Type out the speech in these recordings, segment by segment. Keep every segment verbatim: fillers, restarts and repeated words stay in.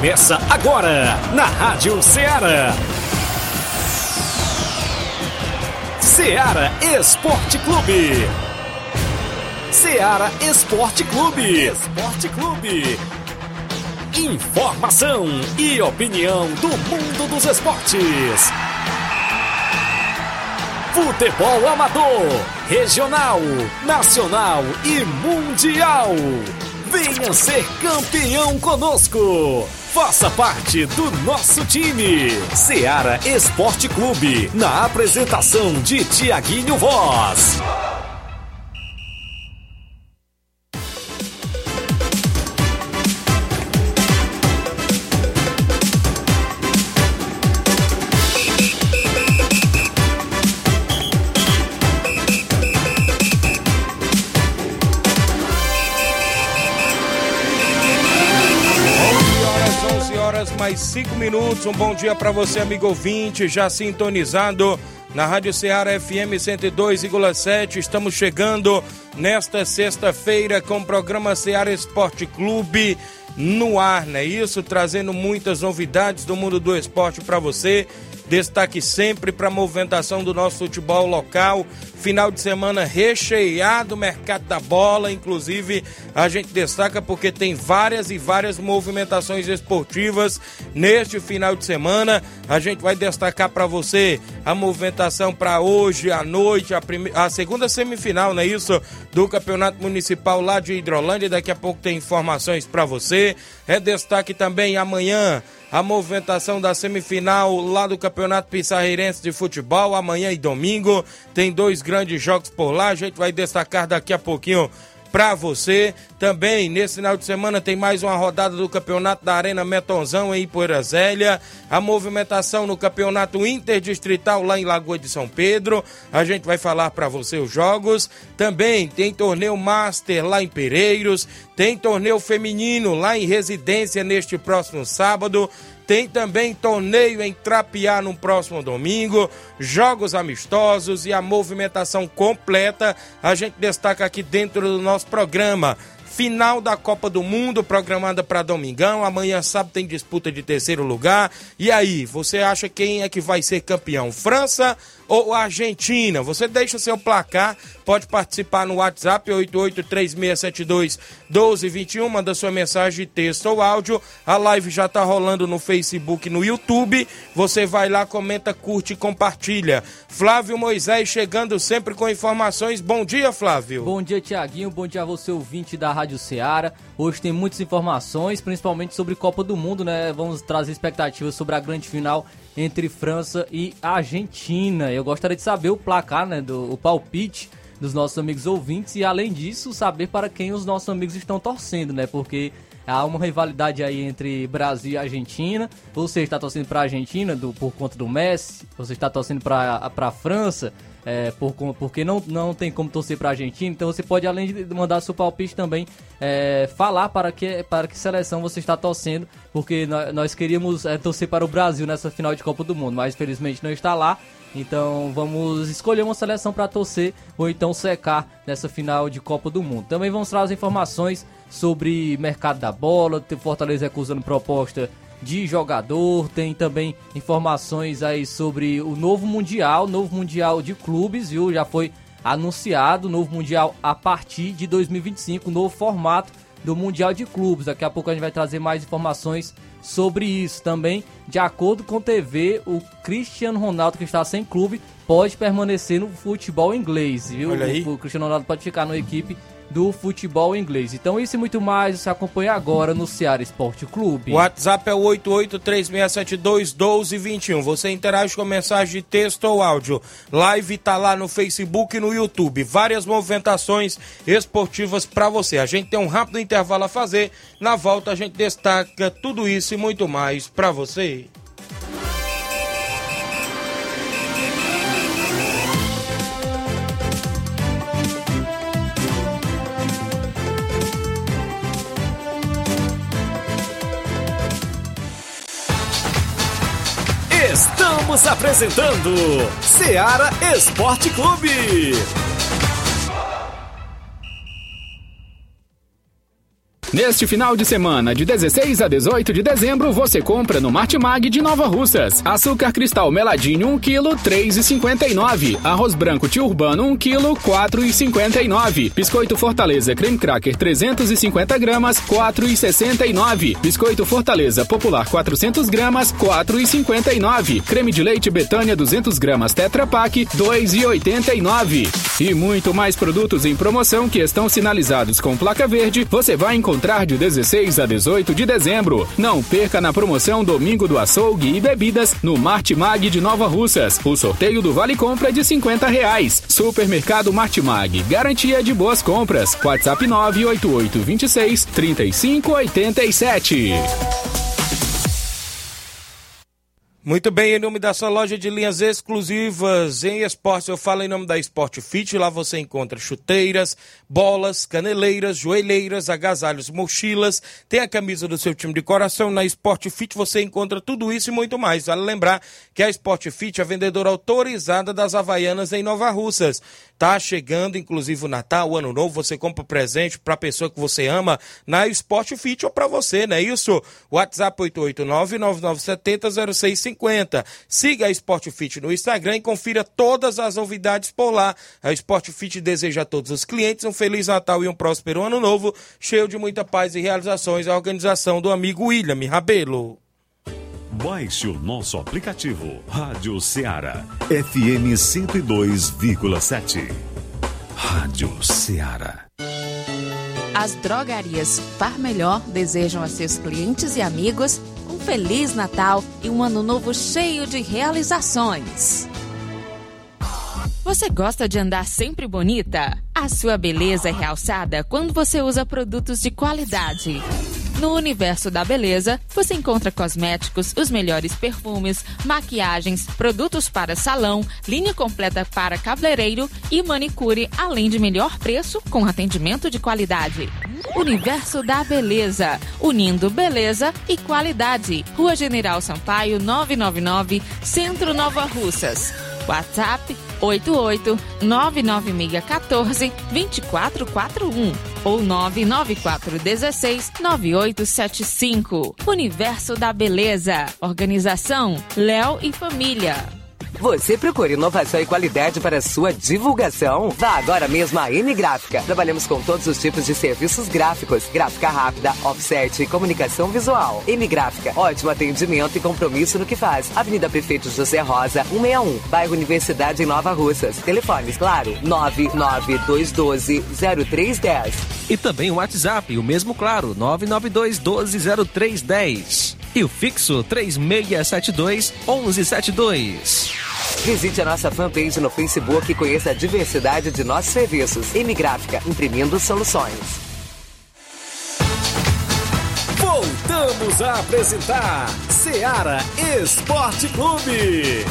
Começa agora na Rádio Ceará. Ceará Esporte Clube. Ceará Esporte Clube. Esporte Clube. Informação e opinião do mundo dos esportes. Futebol amador, regional, nacional e mundial. Venha ser campeão conosco. Faça parte do nosso time. Ceará Esporte Clube, na apresentação de Tiaguinho Voz. Mais cinco minutos, um bom dia para você, amigo ouvinte, já sintonizado na Rádio Ceará F M cento e dois vírgula sete. Estamos chegando nesta sexta-feira com o programa Ceará Esporte Clube no ar, não é isso? Trazendo muitas novidades do mundo do esporte para você. Destaque sempre para a movimentação do nosso futebol local. Final de semana recheado, mercado da bola. Inclusive, a gente destaca porque tem várias e várias movimentações esportivas neste final de semana. A gente vai destacar para você a movimentação para hoje à noite, a, prime... a segunda semifinal, não é isso? Do Campeonato Municipal lá de Hidrolândia. Daqui a pouco tem informações para você. É destaque também amanhã a movimentação da semifinal lá do Campeonato Pissarreirense de Futebol, amanhã e domingo. Tem dois grandes jogos por lá, a gente vai destacar daqui a pouquinho para você. Também, nesse final de semana, tem mais uma rodada do Campeonato da Arena Metonzão em Ipoeira Zélia. A movimentação no Campeonato Interdistrital lá em Lagoa de São Pedro. A gente vai falar para você os jogos. Também tem torneio Master lá em Pereiros. Tem torneio feminino lá em Residência neste próximo sábado. Tem também torneio em Trapiá no próximo domingo, jogos amistosos e a movimentação completa a gente destaca aqui dentro do nosso programa. Final da Copa do Mundo programada para domingão, amanhã sábado tem disputa de terceiro lugar. E aí, você acha quem é que vai ser campeão? França ou Argentina? Você deixa o seu placar, pode participar no WhatsApp oito oito três seis sete dois um dois dois um, manda sua mensagem, texto ou áudio. A live já tá rolando no Facebook e no YouTube. Você vai lá, comenta, curte e compartilha. Flávio Moisés chegando sempre com informações. Bom dia, Flávio. Bom dia, Tiaguinho. Bom dia a você, ouvinte da Rádio Ceará. Hoje tem muitas informações, principalmente sobre Copa do Mundo, né? Vamos trazer expectativas sobre a grande final entre França e Argentina. Eu gostaria de saber o placar, né, do o palpite dos nossos amigos ouvintes e, além disso, saber para quem os nossos amigos estão torcendo, né? Porque há uma rivalidade aí entre Brasil e Argentina. Você está torcendo para a Argentina do, por conta do Messi? Você está torcendo para a França? É, por, porque não, não tem como torcer para a Argentina. Então você pode, além de mandar seu palpite, também é, falar para que, para que seleção você está torcendo, porque nós, nós queríamos é, torcer para o Brasil nessa final de Copa do Mundo, mas infelizmente não está lá. Então vamos escolher uma seleção para torcer ou então secar nessa final de Copa do Mundo. Também vamos trazer informações sobre mercado da bola. Fortaleza recusando proposta de jogador. Tem também informações aí sobre o novo Mundial, novo Mundial de clubes, viu? Já foi anunciado o novo Mundial a partir de dois mil e vinte e cinco, novo formato do Mundial de Clubes. Daqui a pouco a gente vai trazer mais informações sobre isso. Também, de acordo com a T V, o Cristiano Ronaldo, que está sem clube, pode permanecer no futebol inglês, viu? Olha aí. O, o Cristiano Ronaldo pode ficar na equipe do futebol inglês. Então isso e muito mais você acompanha agora no Ceará Esporte Clube. O WhatsApp é o oito oito três seis sete dois um dois dois um. Você interage com mensagem de texto ou áudio. Live tá lá no Facebook e no YouTube. Várias movimentações esportivas para você. A gente tem um rápido intervalo a fazer. Na volta a gente destaca tudo isso e muito mais para você. Estamos apresentando Ceará Esporte Clube. Neste final de semana, de dezesseis a dezoito de dezembro, você compra no Martimag de Nova Russas. Açúcar cristal meladinho um quilo, três reais e cinquenta e nove centavos. Arroz branco tio Urbano um quilo, quatro reais e cinquenta e nove centavos. Biscoito Fortaleza Creme Cracker trezentos e cinquenta gramas, quatro reais e sessenta e nove centavos. Biscoito Fortaleza Popular quatrocentas gramas, quatro reais e cinquenta e nove centavos. Creme de leite Betânia duzentas gramas Tetra Pak, dois reais e oitenta e nove centavos. E muito mais produtos em promoção que estão sinalizados com placa verde, você vai encontrar de dezesseis a dezoito de dezembro. Não perca na promoção Domingo do Açougue e Bebidas no Martimag de Nova Russas. O sorteio do Vale Compra é de cinquenta reais. Supermercado Martimag, garantia de boas compras. WhatsApp nove oito oito dois seis, três cinco oito sete. Muito bem, em nome da sua loja de linhas exclusivas em esportes, eu falo em nome da Sport Fit. Lá você encontra chuteiras, bolas, caneleiras, joelheiras, agasalhos, mochilas, tem a camisa do seu time de coração. Na Sport Fit você encontra tudo isso e muito mais. Vale lembrar que a Sport Fit é a vendedora autorizada das Havaianas em Nova Russas. Tá chegando, inclusive, o Natal, o Ano Novo, você compra presente para a pessoa que você ama na Sport Fit ou para você, não é isso? WhatsApp oito oito nove, nove nove sete zero, zero seis cinco zero. Siga a Sport Fit no Instagram e confira todas as novidades por lá. A Sport Fit deseja a todos os clientes um Feliz Natal e um próspero Ano Novo, cheio de muita paz e realizações. A organização do amigo William Rabelo. Baixe o nosso aplicativo Rádio Ceará, F M cento e dois vírgula sete. Rádio Ceará. As drogarias Far Melhor desejam a seus clientes e amigos um Feliz Natal e um Ano Novo cheio de realizações. Você gosta de andar sempre bonita? A sua beleza é realçada quando você usa produtos de qualidade. No Universo da Beleza, você encontra cosméticos, os melhores perfumes, maquiagens, produtos para salão, linha completa para cabeleireiro e manicure, além de melhor preço com atendimento de qualidade. Universo da Beleza, unindo beleza e qualidade. Rua General Sampaio, novecentos e noventa e nove, Centro Nova Russas. WhatsApp oito oito nove nove seis um quatro, dois quatro quatro um ou nove nove quatro um seis, nove oito sete cinco. Universo da Beleza. Organização Léo e Família. Você procura inovação e qualidade para sua divulgação? Vá agora mesmo à M Gráfica. Trabalhamos com todos os tipos de serviços gráficos, gráfica rápida, offset e comunicação visual. M Gráfica, ótimo atendimento e compromisso no que faz. Avenida Prefeito José Rosa, cento e sessenta e um, bairro Universidade em Nova Russas. Telefones, claro, nove nove dois um dois, zero três um zero. E também o WhatsApp, o mesmo claro, nove nove dois um dois, zero três um zero. E o fixo três seis sete dois, um um sete dois. Visite a nossa fanpage no Facebook e conheça a diversidade de nossos serviços. M Gráfica, imprimindo soluções. Voltamos a apresentar Ceará Esporte Clube.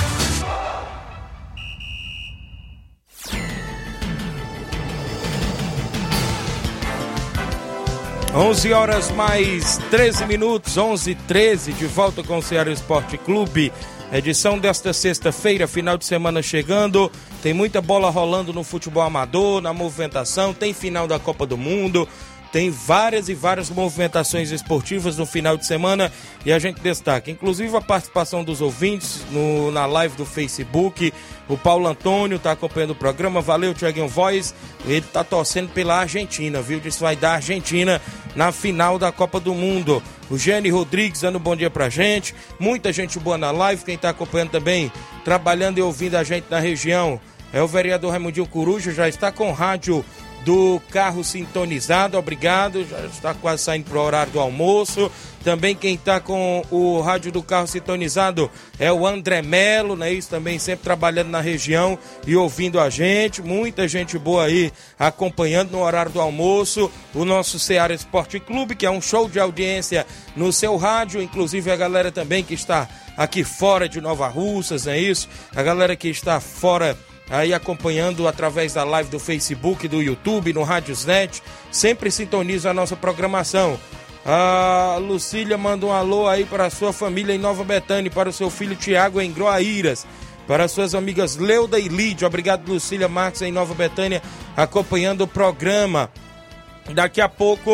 onze horas mais treze minutos, onze e treze, de volta com o Ceará Esporte Clube. Edição desta sexta-feira, final de semana chegando, tem muita bola rolando no futebol amador, na movimentação, tem final da Copa do Mundo, tem várias e várias movimentações esportivas no final de semana e a gente destaca, inclusive a participação dos ouvintes no, na live do Facebook. O Paulo Antônio está acompanhando o programa, valeu Thiaguinho Voz, ele está torcendo pela Argentina, viu? Diz que vai dar Argentina na final da Copa do Mundo. O Gênio Rodrigues dando um bom dia pra gente, muita gente boa na live, quem está acompanhando também, trabalhando e ouvindo a gente na região, é o vereador Raimundinho Coruja, já está com rádio do carro sintonizado, obrigado, já está quase saindo para o horário do almoço. Também quem está com o rádio do carro sintonizado é o André Melo, né? Isso também sempre trabalhando na região e ouvindo a gente, muita gente boa aí acompanhando no horário do almoço, o nosso Ceará Esporte Clube, que é um show de audiência no seu rádio, inclusive a galera também que está aqui fora de Nova Russas, é isso? A galera que está fora aí acompanhando através da live do Facebook, do YouTube, no Rádiosnet, sempre sintoniza a nossa programação. A Lucília manda um alô aí para a sua família em Nova Betânia, para o seu filho Tiago em Groaíras, para suas amigas Leuda e Lídia. Obrigado, Lucília Marques em Nova Betânia, acompanhando o programa. Daqui a pouco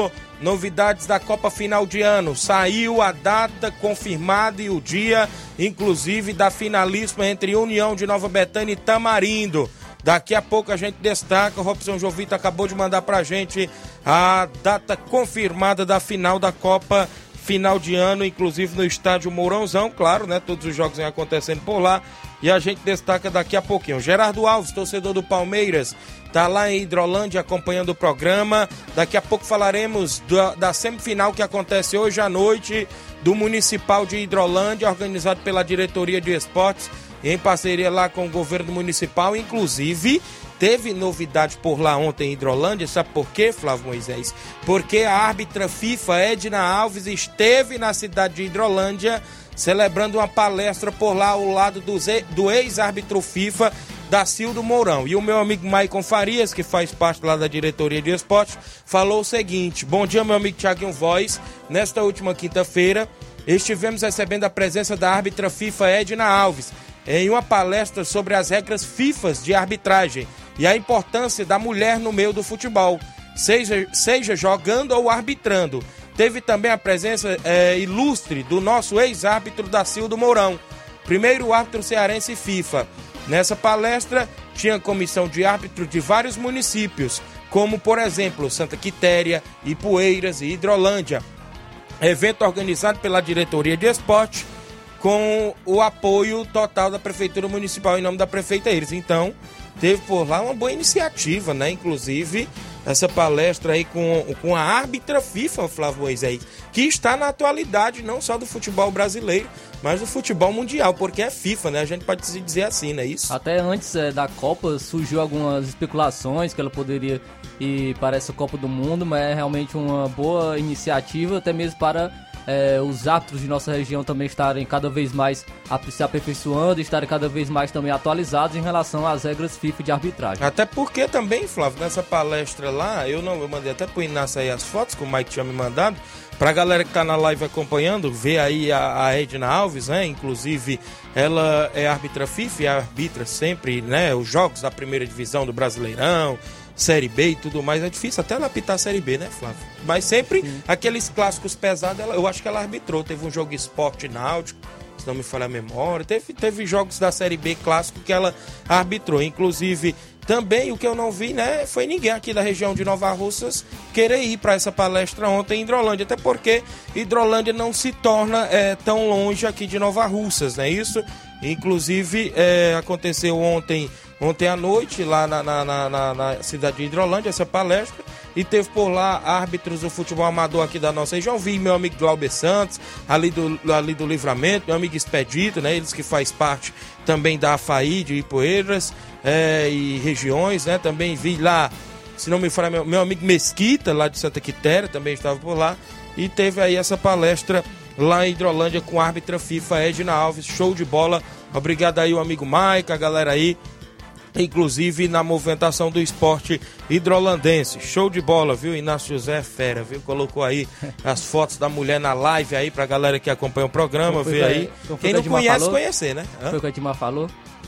novidades da Copa Final de Ano. Saiu a data confirmada e o dia, inclusive, da finalíssima entre União de Nova Betânia e Tamarindo. Daqui a pouco a gente destaca, o Robson Jovita acabou de mandar pra gente a data confirmada da final da Copa Final de Ano, inclusive no estádio Mourãozão, claro, né? Todos os jogos vêm acontecendo por lá e a gente destaca daqui a pouquinho. Gerardo Alves, torcedor do Palmeiras, tá lá em Hidrolândia acompanhando o programa. Daqui a pouco falaremos da, da semifinal que acontece hoje à noite do Municipal de Hidrolândia, organizado pela Diretoria de Esportes, em parceria lá com o governo municipal. Inclusive, teve novidade por lá ontem em Hidrolândia. Sabe por quê, Flávio Moisés? Porque a árbitra FIFA, Edna Alves, esteve na cidade de Hidrolândia celebrando uma palestra por lá ao lado do, do ex-árbitro FIFA, Dacildo Mourão. E o meu amigo Maicon Farias, que faz parte lá da diretoria de esportes, falou o seguinte: bom dia, meu amigo Thiaguinho Voz. Nesta última quinta-feira, estivemos recebendo a presença da árbitra FIFA Edna Alves em uma palestra sobre as regras FIFA de arbitragem e a importância da mulher no meio do futebol, seja, seja jogando ou arbitrando. Teve também a presença é, ilustre do nosso ex-árbitro Dacildo Mourão, primeiro árbitro cearense FIFA. Nessa palestra tinha comissão de árbitros de vários municípios, como por exemplo Santa Quitéria, Ipueiras e Hidrolândia. Evento organizado pela Diretoria de Esporte, com o apoio total da Prefeitura Municipal em nome da Prefeita Iris. Então, teve por lá uma boa iniciativa, né? Inclusive, essa palestra aí com, com a árbitra FIFA, Flávio Moisés, que está na atualidade não só do futebol brasileiro, mas do futebol mundial, porque é FIFA, né? A gente pode dizer assim, não é isso? Até antes é, da Copa, surgiu algumas especulações que ela poderia ir para essa Copa do Mundo, mas é realmente uma boa iniciativa, até mesmo para É, os árbitros de nossa região também estarem cada vez mais se aperfeiçoando, estarem cada vez mais também atualizados em relação às regras FIFA de arbitragem. Até porque também, Flávio, nessa palestra lá, eu não eu mandei até pro Inácio aí as fotos que o Mike tinha me mandado, pra galera que tá na live acompanhando, ver aí a, a Edna Alves, né? Inclusive, ela é árbitra FIFA e arbitra sempre, né, os jogos da primeira divisão do Brasileirão, Série B e tudo mais. É difícil até ela apitar a Série B, né, Flávio? Mas sempre Sim. aqueles clássicos pesados, ela, eu acho que ela arbitrou. Teve um jogo Esporte Náutico, se não me falha a memória. Teve, teve jogos da Série B clássico que ela arbitrou. Inclusive, também o que eu não vi, né, foi ninguém aqui da região de Nova Russas querer ir para essa palestra ontem em Hidrolândia. Até porque Hidrolândia não se torna é, tão longe aqui de Nova Russas, não é isso? Inclusive, é, aconteceu ontem... Ontem à noite, lá na, na, na, na cidade de Hidrolândia, essa palestra, e teve por lá árbitros do futebol amador aqui da nossa região. Vi meu amigo Glauber Santos, ali do, ali do Livramento, meu amigo Expedito, né? Eles que faz parte também da AFAI de Ipueiras é, e regiões, né? Também vi lá, se não me falha, meu, meu amigo Mesquita, lá de Santa Quitéria, também estava por lá. E teve aí essa palestra lá em Hidrolândia com a árbitra FIFA Edna Alves, show de bola. Obrigado aí o amigo Mike, a galera aí, inclusive na movimentação do esporte hidrolandense. Show de bola, viu? Inácio José Fera, viu? Colocou aí as fotos da mulher na live aí pra galera que acompanha o programa, ver aí. Quem não conhece, falou? Conhecer, né? Hã? Foi o que o Edmar falou?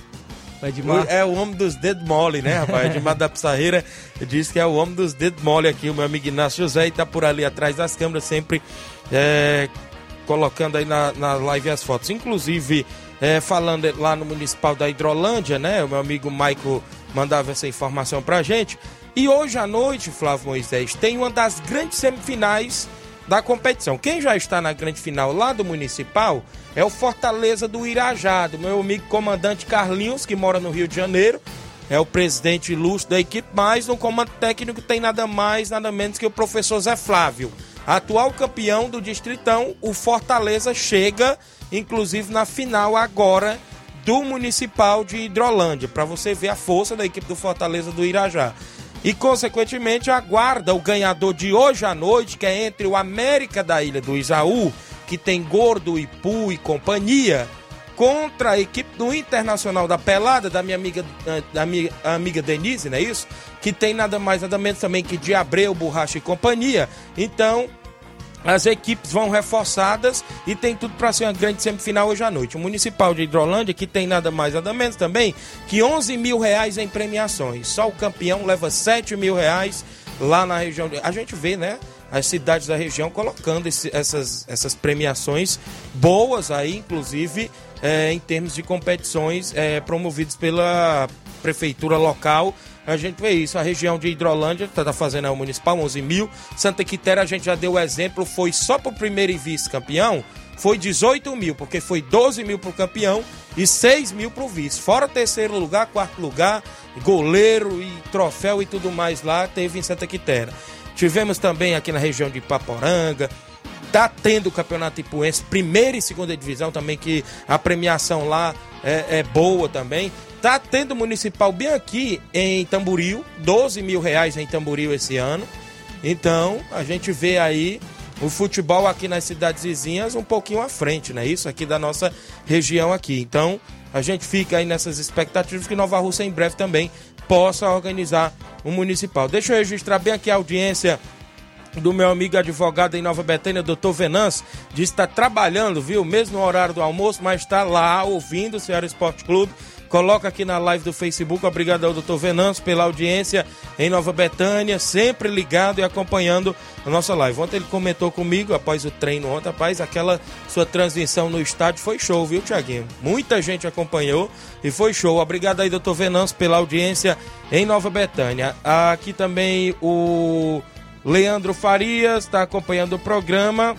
O Edmar... É o homem dos dedos mole, né, rapaz? Edmar da Pissarreira diz que é o homem dos dedos mole aqui, o meu amigo Inácio José, e tá por ali atrás das câmeras, sempre é, colocando aí na, na live as fotos. Inclusive, É, falando lá no Municipal da Hidrolândia, né? O meu amigo Maico mandava essa informação pra gente. E hoje à noite, Flávio Moisés, tem uma das grandes semifinais da competição. Quem já está na grande final lá do Municipal é o Fortaleza do Irajá, do meu amigo comandante Carlinhos, que mora no Rio de Janeiro. É o presidente ilustre da equipe, mas no comando técnico tem nada mais, nada menos que o professor Zé Flávio. Atual campeão do Distritão, o Fortaleza chega, inclusive, na final agora do Municipal de Hidrolândia, para você ver a força da equipe do Fortaleza do Irajá. E, consequentemente, aguarda o ganhador de hoje à noite, que é entre o América da Ilha do Isaú, que tem Gordo, Ipu e companhia, contra a equipe do Internacional da Pelada, da minha amiga, da minha amiga Denise, não é isso? Que tem nada mais, nada menos também que de Abreu, Borracha e companhia. Então, as equipes vão reforçadas e tem tudo para ser uma grande semifinal hoje à noite. O Municipal de Hidrolândia, que tem nada mais, nada menos também que onze mil reais em premiações. Só o campeão leva sete mil reais lá na região. De... A gente vê, né? as cidades da região colocando esse, essas, essas premiações boas aí, inclusive é, em termos de competições é, promovidas pela prefeitura local. A gente vê isso, a região de Hidrolândia está fazendo o municipal, onze mil. Santa Quitéria, a gente já deu o exemplo, foi só para o primeiro e vice-campeão, foi dezoito mil, porque foi doze mil para o campeão e seis mil para o vice. Fora terceiro lugar, quarto lugar, goleiro e troféu e tudo mais lá, teve em Santa Quitéria. Tivemos também aqui na região de Ipaporanga, tá tendo o Campeonato Ipuense, primeira e segunda divisão também, que a premiação lá é, é boa também. Tá tendo o Municipal bem aqui em Tamboril, doze mil reais em Tamboril esse ano. Então, a gente vê aí o futebol aqui nas cidades vizinhas um pouquinho à frente, né? Isso aqui da nossa região aqui. Então, a gente fica aí nessas expectativas que Nova Russa em breve também possa organizar um municipal. Deixa eu registrar bem aqui a audiência do meu amigo advogado em Nova Betânia, doutor Venâncio, diz que está trabalhando, viu? Mesmo no horário do almoço, mas está lá ouvindo o Ceará Esporte Clube. Coloca aqui na live do Facebook. Obrigado ao doutor Venâncio pela audiência em Nova Betânia, sempre ligado e acompanhando a nossa live. Ontem ele comentou comigo, após o treino ontem, rapaz, aquela sua transmissão no estádio foi show, viu, Thiaguinho? Muita gente acompanhou e foi show. Obrigado aí, doutor Venâncio, pela audiência em Nova Betânia. Aqui também o Leandro Farias está acompanhando o programa.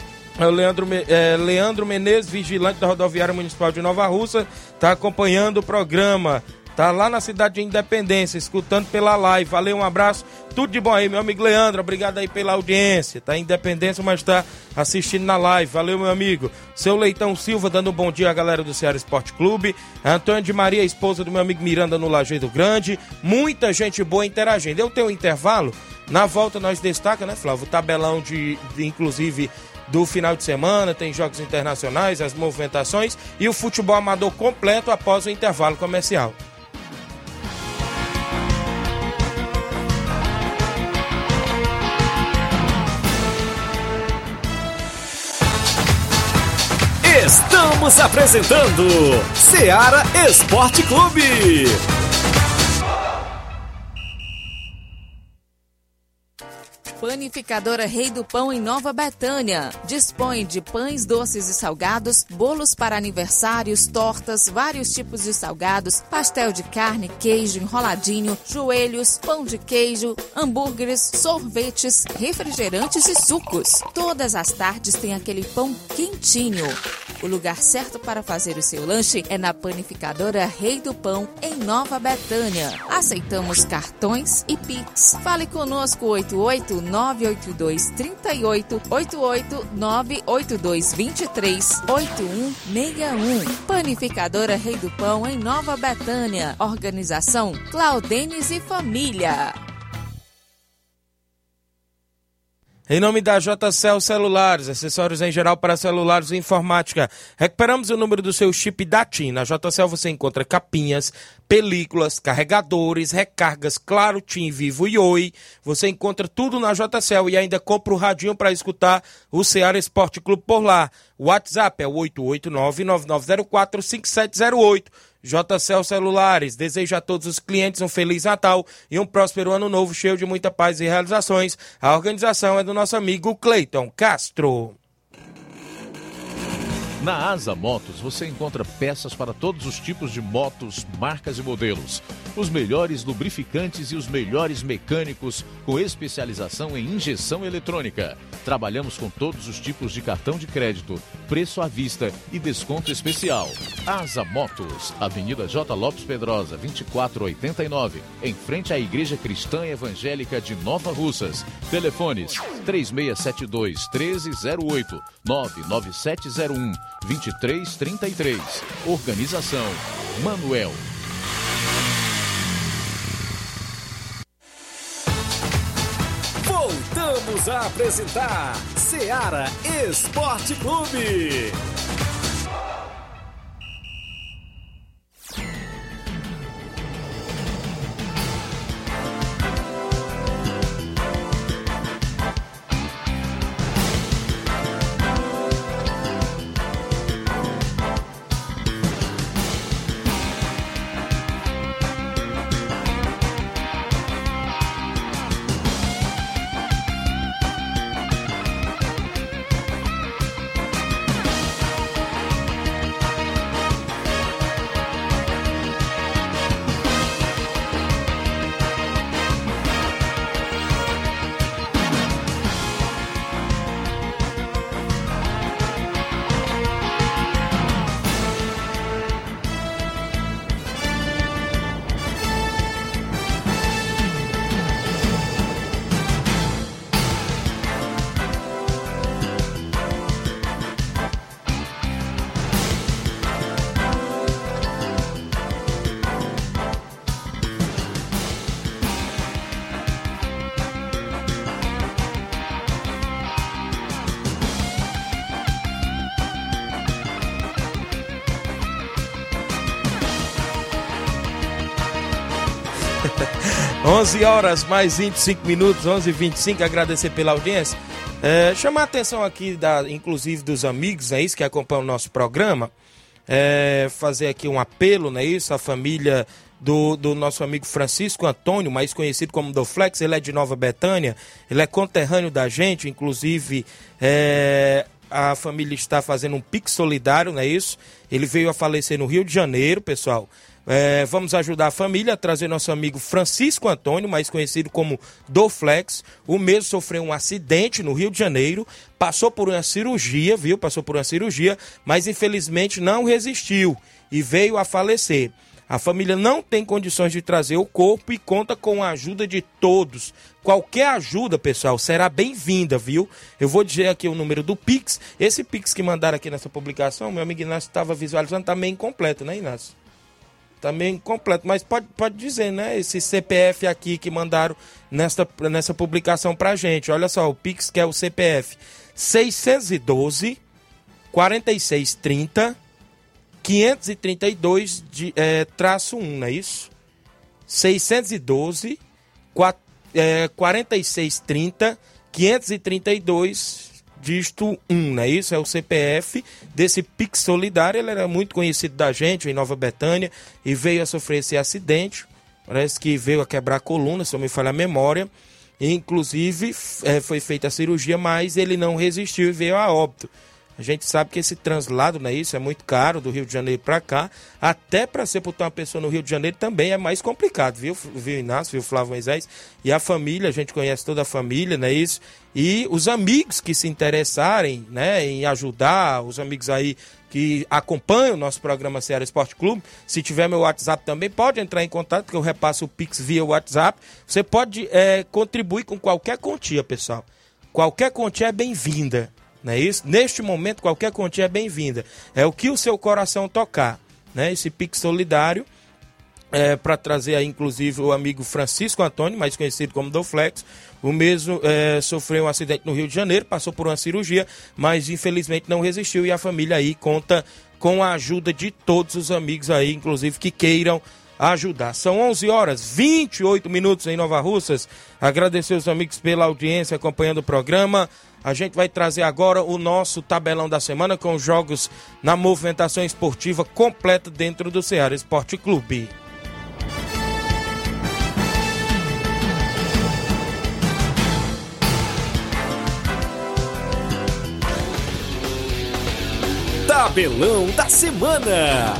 É o Leandro, é, Leandro Menezes, vigilante da rodoviária municipal de Nova Russa, está acompanhando o programa. Tá lá na cidade de Independência, escutando pela live. Valeu, um abraço, tudo de bom aí, meu amigo Leandro. Obrigado aí pela audiência. Tá em Independência, mas tá assistindo na live. Valeu, meu amigo. Seu Leitão Silva dando um bom dia à galera do Ceará Esporte Clube. Antônio de Maria, esposa do meu amigo Miranda no Lajeado Grande. Muita gente boa interagindo. Eu tenho um intervalo. Na volta nós destaca, né, Flávio? O tabelão de, de inclusive, do final de semana, tem jogos internacionais, as movimentações e o futebol amador completo após o intervalo comercial. Estamos apresentando Ceará Esporte Clube. Panificadora Rei do Pão em Nova Betânia. Dispõe de pães doces e salgados, bolos para aniversários, tortas, vários tipos de salgados, pastel de carne, queijo, enroladinho, joelhos, pão de queijo, hambúrgueres, sorvetes, refrigerantes e sucos. Todas as tardes tem aquele pão quentinho. O lugar certo para fazer o seu lanche é na Panificadora Rei do Pão, em Nova Betânia. Aceitamos cartões e Pix. Fale conosco oito oito nove oito dois três oito, oito oito nove oito dois dois três, oito um seis um. Panificadora Rei do Pão, em Nova Betânia. Organização Claudenes e Família. Em nome da J C L Celulares, acessórios em geral para celulares e informática. Recuperamos o número do seu chip da TIM. Na J C L você encontra capinhas, películas, carregadores, recargas, Claro, TIM, Vivo e Oi. Você encontra tudo na J C L e ainda compra o radinho para escutar o Ceará Esporte Clube por lá. O WhatsApp é o oito oito nove, nove nove zero quatro, cinco sete zero oito. J C L Celulares deseja a todos os clientes um Feliz Natal e um próspero Ano Novo cheio de muita paz e realizações. A organização é do nosso amigo Cleiton Castro. Na Asa Motos você encontra peças para todos os tipos de motos, marcas e modelos. Os melhores lubrificantes e os melhores mecânicos com especialização em injeção eletrônica. Trabalhamos com todos os tipos de cartão de crédito, preço à vista e desconto especial. Asa Motos, Avenida J. Lopes Pedrosa, vinte e quatro oitenta e nove, em frente à Igreja Cristã Evangélica de Nova Russas. Telefones três seis sete dois, um três zero oito, nove nove sete zero um, dois três três três. Organização Manuel. Voltamos a apresentar Ceará Esporte Clube. onze horas mais vinte e cinco minutos, onze e vinte e cinco, agradecer pela audiência. É, chamar a atenção aqui, da, inclusive dos amigos, é isso, que acompanham o nosso programa. É, fazer aqui um apelo, não é isso? A família do, do nosso amigo Francisco Antônio, mais conhecido como Doflex, ele é de Nova Betânia, ele é conterrâneo da gente, inclusive é, a família está fazendo um Pix solidário, não é isso? Ele veio a falecer no Rio de Janeiro, pessoal. É, vamos ajudar a família a trazer nosso amigo Francisco Antônio, mais conhecido como Doflex. O mesmo sofreu um acidente no Rio de Janeiro, passou por uma cirurgia, viu? Passou por uma cirurgia, mas infelizmente não resistiu e veio a falecer. A família não tem condições de trazer o corpo e conta com a ajuda de todos. Qualquer ajuda, pessoal, será bem-vinda, viu? Eu vou dizer aqui o número do Pix. Esse Pix que mandaram aqui nessa publicação, meu amigo Inácio estava visualizando, está meio incompleto, né, Inácio? Tá meio incompleto, mas pode, pode dizer, né? Esse C P F aqui que mandaram nessa, nessa publicação pra gente. Olha só, o Pix, que é o C P F seiscentos e doze, quarenta e seis trinta, quinhentos e trinta e dois, de, é, traço um, não é isso? seiscentos e doze, quarenta e seis trinta, quinhentos e trinta e dois, dígito um, não é isso? É o C P F desse Pix Solidário. Ele era muito conhecido da gente em Nova Betânia e veio a sofrer esse acidente. Parece que veio a quebrar a coluna, se eu me falha a memória. E, inclusive, é, foi feita a cirurgia, mas ele não resistiu e veio a óbito. A gente sabe que esse translado, não é isso? É muito caro do Rio de Janeiro para cá. Até para sepultar uma pessoa no Rio de Janeiro também é mais complicado, viu, viu Inácio, viu, Flávio Moisés? E a família, a gente conhece toda a família, não é isso? E os amigos que se interessarem, né, em ajudar, os amigos aí que acompanham o nosso programa Ceará Esporte Clube, se tiver meu WhatsApp também, pode entrar em contato, porque eu repasso o Pix via WhatsApp. Você pode é, contribuir com qualquer quantia, pessoal. Qualquer quantia é bem-vinda. Não é isso? Neste momento, qualquer quantia é bem-vinda. É o que o seu coração tocar, né? Esse Pix solidário é para trazer aí, inclusive, o amigo Francisco Antônio, mais conhecido como Doflex. O mesmo é, sofreu um acidente no Rio de Janeiro, passou por uma cirurgia, mas infelizmente não resistiu e a família aí conta com a ajuda de todos os amigos aí, inclusive, que queiram ajudar. São onze horas, vinte e oito minutos em Nova Russas. Agradecer os amigos pela audiência acompanhando o programa. A gente vai trazer agora o nosso tabelão da semana com os jogos na movimentação esportiva completa dentro do Ceará Esporte Clube. Tabelão da semana.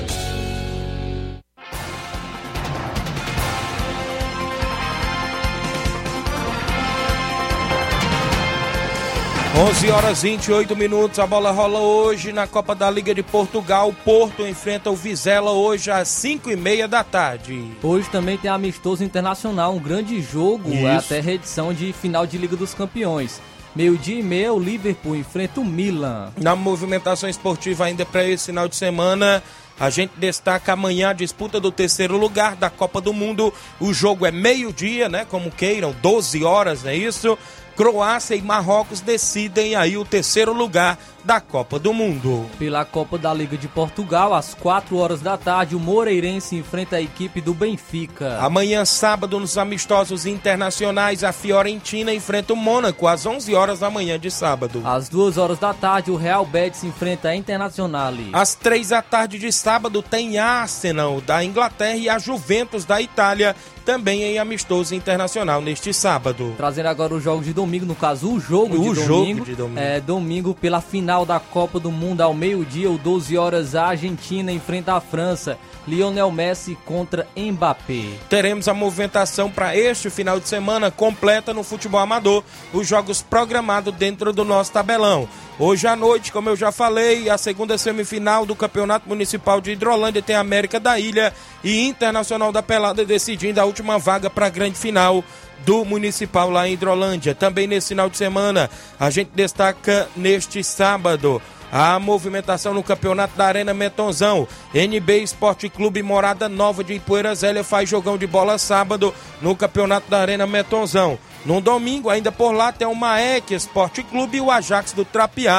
onze horas e vinte e oito minutos, a bola rola hoje na Copa da Liga de Portugal. O Porto enfrenta o Vizela hoje às cinco e meia da tarde. Hoje também tem amistoso internacional, um grande jogo, Isso. até reedição de final de Liga dos Campeões. Meio-dia e meia, o Liverpool enfrenta o Milan. Na movimentação esportiva ainda para esse final de semana, a gente destaca amanhã a disputa do terceiro lugar da Copa do Mundo. O jogo é meio-dia, né? Como queiram, doze horas, não é isso? Croácia e Marrocos decidem aí o terceiro lugar da Copa do Mundo. Pela Copa da Liga de Portugal, às quatro horas da tarde, o Moreirense enfrenta a equipe do Benfica. Amanhã, sábado, nos amistosos internacionais, a Fiorentina enfrenta o Mônaco às onze horas da manhã de sábado. Às duas horas da tarde, o Real Betis enfrenta a Internazionale. Às três da tarde de sábado, tem Arsenal da Inglaterra e a Juventus da Itália, também em amistoso internacional neste sábado. Trazendo agora os jogos de domingo, no caso o jogo, o de, jogo domingo, de domingo. É domingo pela final da Copa do Mundo ao meio-dia, ou doze horas, a Argentina enfrenta a França. Lionel Messi contra Mbappé. Teremos a movimentação para este final de semana completa no futebol amador, os jogos programados dentro do nosso tabelão. Hoje à noite, como eu já falei, a segunda semifinal do Campeonato Municipal de Hidrolândia tem América da Ilha e Internacional da Pelada decidindo a última vaga para a grande final do Municipal lá em Hidrolândia. Também nesse final de semana, a gente destaca neste sábado a movimentação no campeonato da Arena Metonzão. N B Esporte Clube Morada Nova de Ipueira Zélia faz jogão de bola sábado no campeonato da Arena Metonzão. No domingo, ainda por lá, tem o Maek Esporte Clube e o Ajax do Trapiá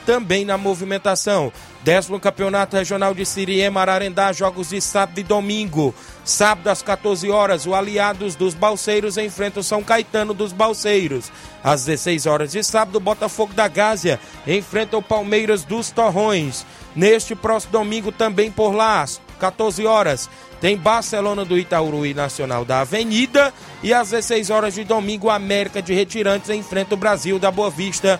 também na movimentação. Décimo Campeonato Regional de Siriema, Ararendá, jogos de sábado e domingo. Sábado às quatorze horas, o Aliados dos Balseiros enfrenta o São Caetano dos Balseiros. Às dezesseis horas de sábado, o Botafogo da Gásia enfrenta o Palmeiras dos Torrões. Neste próximo domingo, também por lá, às quatorze horas, tem Barcelona do Itaúruí Nacional da Avenida. E às dezesseis horas de domingo, o América de Retirantes enfrenta o Brasil da Boa Vista,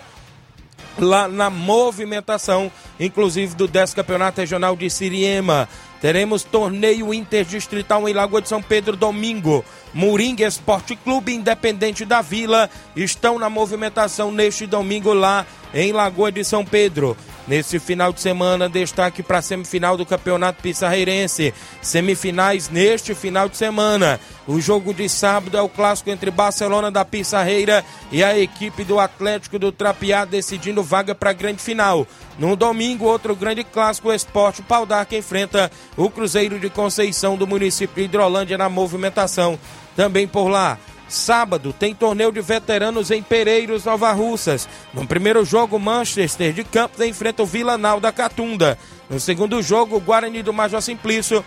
lá na movimentação, inclusive do décimo Campeonato Regional de Siriema. Teremos torneio interdistrital em Lagoa de São Pedro domingo. Moringa Esporte Clube, Independente da Vila estão na movimentação neste domingo lá em Lagoa de São Pedro. Nesse final de semana, destaque para a semifinal do Campeonato Pissarreirense. Semifinais neste final de semana. O jogo de sábado é o clássico entre Barcelona da Pissarreira e a equipe do Atlético do Trapiá, decidindo vaga para a grande final. No domingo, outro grande clássico, o Esporte Pau d'Arco enfrenta o Cruzeiro de Conceição do município de Hidrolândia na movimentação. Também por lá, sábado, tem torneio de veteranos em Pereiros, Nova Russas. No primeiro jogo, Manchester de Campos enfrenta o Vila Nau da Catunda. No segundo jogo, o Guarani do Major Simplício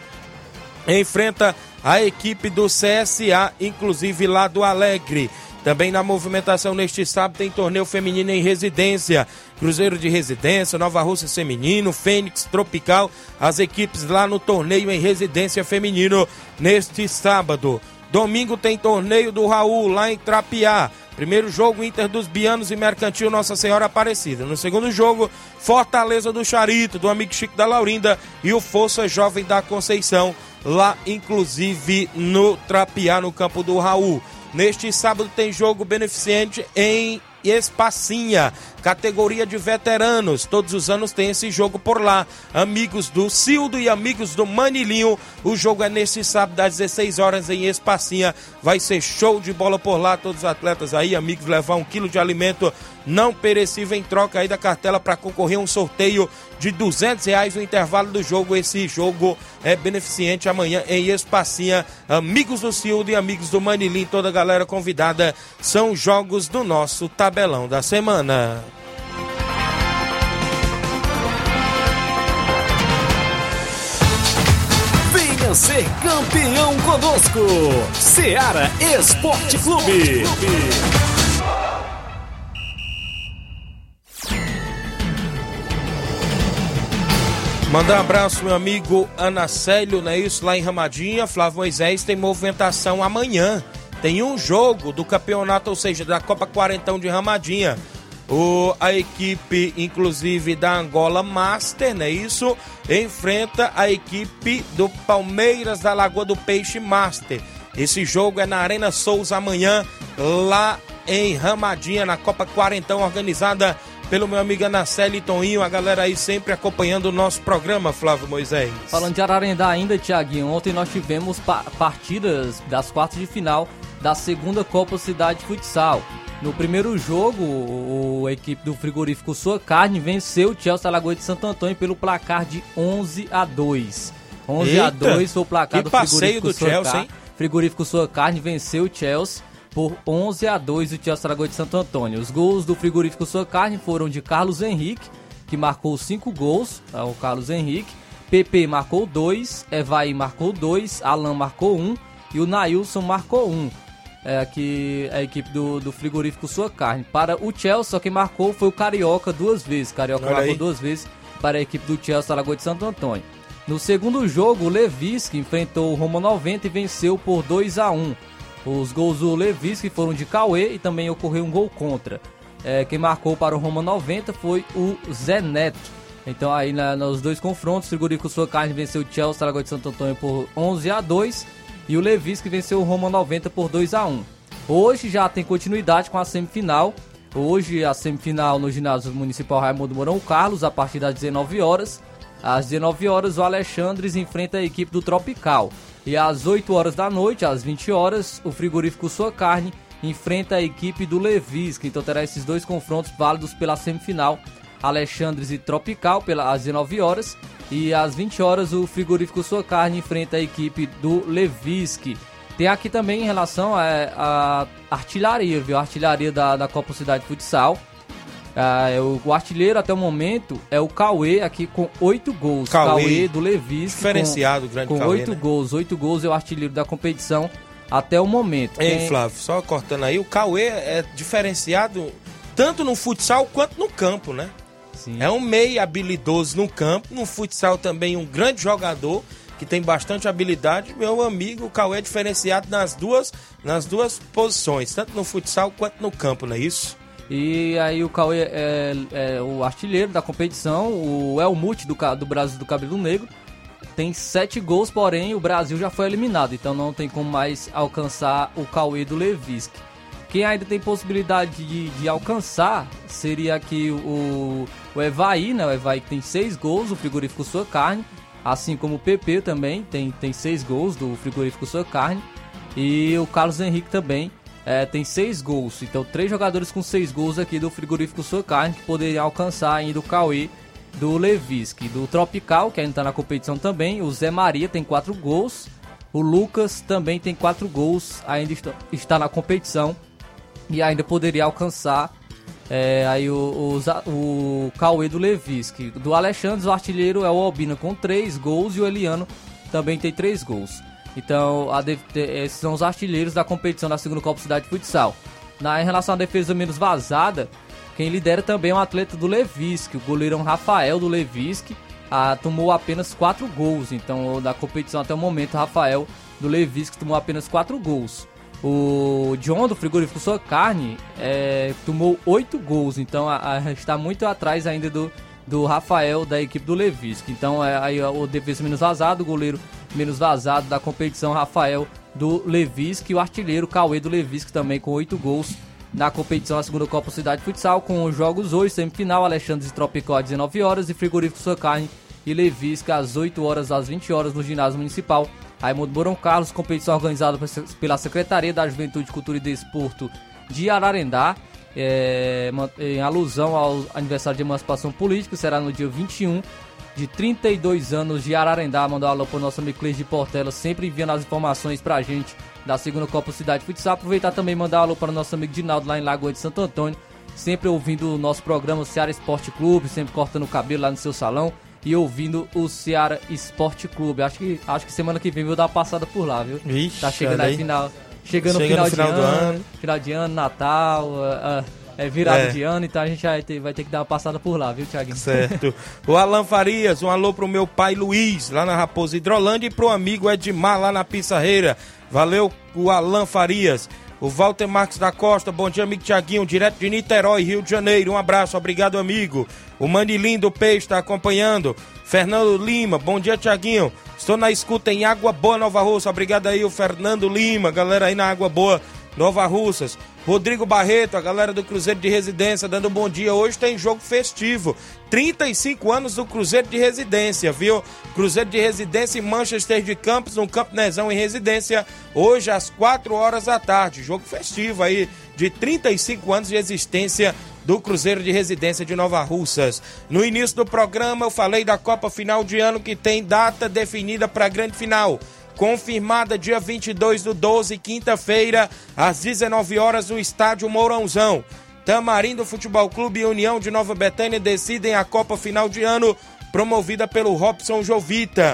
enfrenta a equipe do C S A, inclusive lá do Alegre. Também na movimentação neste sábado tem torneio feminino em Residência. Cruzeiro de Residência, Nova Russa Feminino, Fênix Tropical, as equipes lá no torneio em Residência Feminino neste sábado. Domingo tem torneio do Raul lá em Trapiá. Primeiro jogo, Inter dos Bianos e Mercantil Nossa Senhora Aparecida. No segundo jogo, Fortaleza do Charito, do amigo Chico da Laurinda e o Força Jovem da Conceição, lá inclusive no Trapiá, no campo do Raul. Neste sábado tem jogo beneficente em Espacinha, categoria de veteranos. Todos os anos tem esse jogo por lá. Amigos do Cildo e amigos do Manilinho. O jogo é nesse sábado às dezesseis horas em Espacinha. Vai ser show de bola por lá. Todos os atletas aí, amigos, levar um quilo de alimento não perecível em troca aí da cartela para concorrer a um sorteio de duzentos reais no intervalo do jogo. Esse jogo é beneficente amanhã em Espacinha. Amigos do Cildo e amigos do Manilim, toda a galera convidada. São jogos do nosso tabelão da semana. Venha ser campeão conosco, Ceará Esporte Clube. Mandar um abraço, meu amigo Anacélio, não é isso? Lá em Ramadinha. Flávio Moisés, tem movimentação amanhã. Tem um jogo do campeonato, ou seja, da Copa Quarentão de Ramadinha. O, a equipe, inclusive, da Angola Master, não é isso? Enfrenta a equipe do Palmeiras da Lagoa do Peixe Master. Esse jogo é na Arena Souza amanhã, lá em Ramadinha, na Copa Quarentão, organizada pelo meu amigo Anaceli e Toninho, a galera aí sempre acompanhando o nosso programa, Flávio Moisés. Falando de Ararendá ainda, Thiaguinho, ontem nós tivemos pa- partidas das quartas de final da segunda Copa Cidade Futsal. No primeiro jogo, o, a equipe do frigorífico Sua Carne venceu o Chelsea Alagoas de Santo Antônio pelo placar de onze a dois. onze a dois foi o placar do frigorífico do Sua Chelsea, Carne. hein? Frigorífico Sua Carne venceu o Chelsea por onze a dois, o Chelsea Alagoas de Santo Antônio. Os gols do frigorífico Sua Carne foram de Carlos Henrique, que marcou cinco gols, tá, o Carlos Henrique. Pepe marcou dois, Evaí marcou dois, Alan marcou um e o Nailson marcou um. É, que a equipe do, do frigorífico Sua Carne. Para o Chelsea, só quem marcou foi o Carioca duas vezes. Carioca Olha marcou aí. duas vezes para a equipe do Chelsea Alagoas de Santo Antônio. No segundo jogo, o Levisque enfrentou o Roma noventa e venceu por dois a um. Os gols do Levisque foram de Cauê e também ocorreu um gol contra. É, quem marcou para o Roma noventa foi o Zé Neto. Então aí na, nos dois confrontos, o frigorífico Sua Carne venceu o Chelsea Alagoas de Santo Antônio por onze a dois. E o Levisque venceu o Roma noventa por dois a um. Hoje já tem continuidade com a semifinal. Hoje a semifinal no ginásio municipal Raimundo Mourão Carlos, a partir das dezenove horas. Às dezenove horas o Alexandres enfrenta a equipe do Tropical. E às oito horas da noite, às vinte horas, o frigorífico Sua Carne enfrenta a equipe do Levisque. Então terá esses dois confrontos válidos pela semifinal. Alexandres e Tropical pela, às dezenove horas. E às vinte horas o frigorífico Sua Carne enfrenta a equipe do Levisque. Tem aqui também em relação à artilharia, viu? A artilharia da, da Copa Cidade Futsal. Ah, é o, o artilheiro até o momento é o Cauê aqui com oito gols. Cauê, Cauê do Levis. Diferenciado, com, grande com Cauê, oito né? gols. oito gols é o artilheiro da competição até o momento. Hein, Quem... Flávio, só cortando aí, o Cauê é diferenciado tanto no futsal quanto no campo, né? Sim. É um meio habilidoso no campo, no futsal também um grande jogador que tem bastante habilidade. Meu amigo, o Cauê é diferenciado nas duas, nas duas posições, tanto no futsal quanto no campo, não é isso? E aí o Cauê é, é o artilheiro da competição, o Elmute do, do Brasil do Cabelo Negro. Tem sete gols, porém o Brasil já foi eliminado, então não tem como mais alcançar o Cauê do Levisk. Quem ainda tem possibilidade de, de alcançar seria aqui o, o Evaí, né? O Evaí que tem seis gols, o frigorífico Sua Carne, assim como o P P também tem, tem seis gols do frigorífico Sua Carne, e o Carlos Henrique também é, tem seis gols. Então três jogadores com seis gols aqui do frigorífico Sua Carne que poderiam alcançar ainda o Cauê do Levisk. Do Tropical, que ainda está na competição também, o Zé Maria tem quatro gols, o Lucas também tem quatro gols, ainda está, está na competição e ainda poderia alcançar é, aí o, o, o Cauê do Levisk. Do Alexandre, o artilheiro é o Albina com três gols e o Eliano também tem três gols. Então, a de, esses são os artilheiros da competição da segunda Copa Cidade de Futsal. Na, em relação à defesa menos vazada, quem lidera também é um atleta do Levisk, o goleirão Rafael do Levisk, ah, tomou apenas quatro gols. Então, da competição até o momento, o Rafael do Levisk tomou apenas quatro gols. O John do frigorífico Sua Carne é, tomou oito gols, então a, a, está muito atrás ainda do, do Rafael da equipe do Levisk. Então é, aí o defesa menos vazado, o goleiro menos vazado da competição, Rafael do Levisk, e o artilheiro Cauê do Levisk também com oito gols na competição da segunda Copa Cidade Futsal, com os jogos hoje, semifinal, Alexandre e Tropical às dezenove horas e frigorífico Sua Carne e Levisk às oito horas às vinte horas no ginásio municipal Raimundo Mourão Carlos, competição organizada pela Secretaria da Juventude, Cultura e Desporto de Ararendá, é, em alusão ao aniversário de emancipação política, será no dia vinte e um, de trinta e dois anos de Ararendá. Mandar um alô para o nosso amigo Cleide de Portela, sempre enviando as informações para a gente da segunda Copa Cidade Futsal. Aproveitar também e mandar um alô para o nosso amigo Dinaldo lá em Lagoa de Santo Antônio, sempre ouvindo o nosso programa Ceará Esporte Clube, sempre cortando o cabelo lá no seu salão e ouvindo o Ceará Esporte Clube. Acho que, acho que semana que vem eu vou dar uma passada por lá, viu? Ixi, tá chegando aí final, chegando Chega final, no final de do ano, ano. final de ano, Natal, uh, uh, é virada É. de ano, então a gente vai ter, vai ter que dar uma passada por lá, viu, Thiaguinho? Certo. O Alan Farias, um alô pro meu pai Luiz, lá na Raposa Hidrolândia, e pro amigo Edmar, lá na Pissarreira. Valeu, o Alan Farias. O Walter Marques da Costa, bom dia, amigo Thiaguinho, direto de Niterói, Rio de Janeiro. Um abraço, obrigado, amigo. O Manilim do Peixe está acompanhando. Fernando Lima, bom dia, Thiaguinho. Estou na escuta em Água Boa, Nova Russa. Obrigado aí, o Fernando Lima, galera aí na Água Boa, Nova Russas. Rodrigo Barreto, a galera do Cruzeiro de Residência, dando um bom dia. Hoje tem jogo festivo. trinta e cinco anos do Cruzeiro de Residência, viu? Cruzeiro de Residência em Manchester de Campos, no Campo Nezão em Residência, hoje às quatro horas da tarde. Jogo festivo aí de trinta e cinco anos de existência do Cruzeiro de Residência de Nova Russas. No início do programa eu falei da Copa Final de Ano, que tem data definida para a grande final. Confirmada dia vinte e dois do doze, quinta-feira, às dezenove horas, no estádio Mourãozão. Tamarindo Futebol Clube e União de Nova Betânia decidem a Copa Final de Ano, promovida pelo Robson Jovita.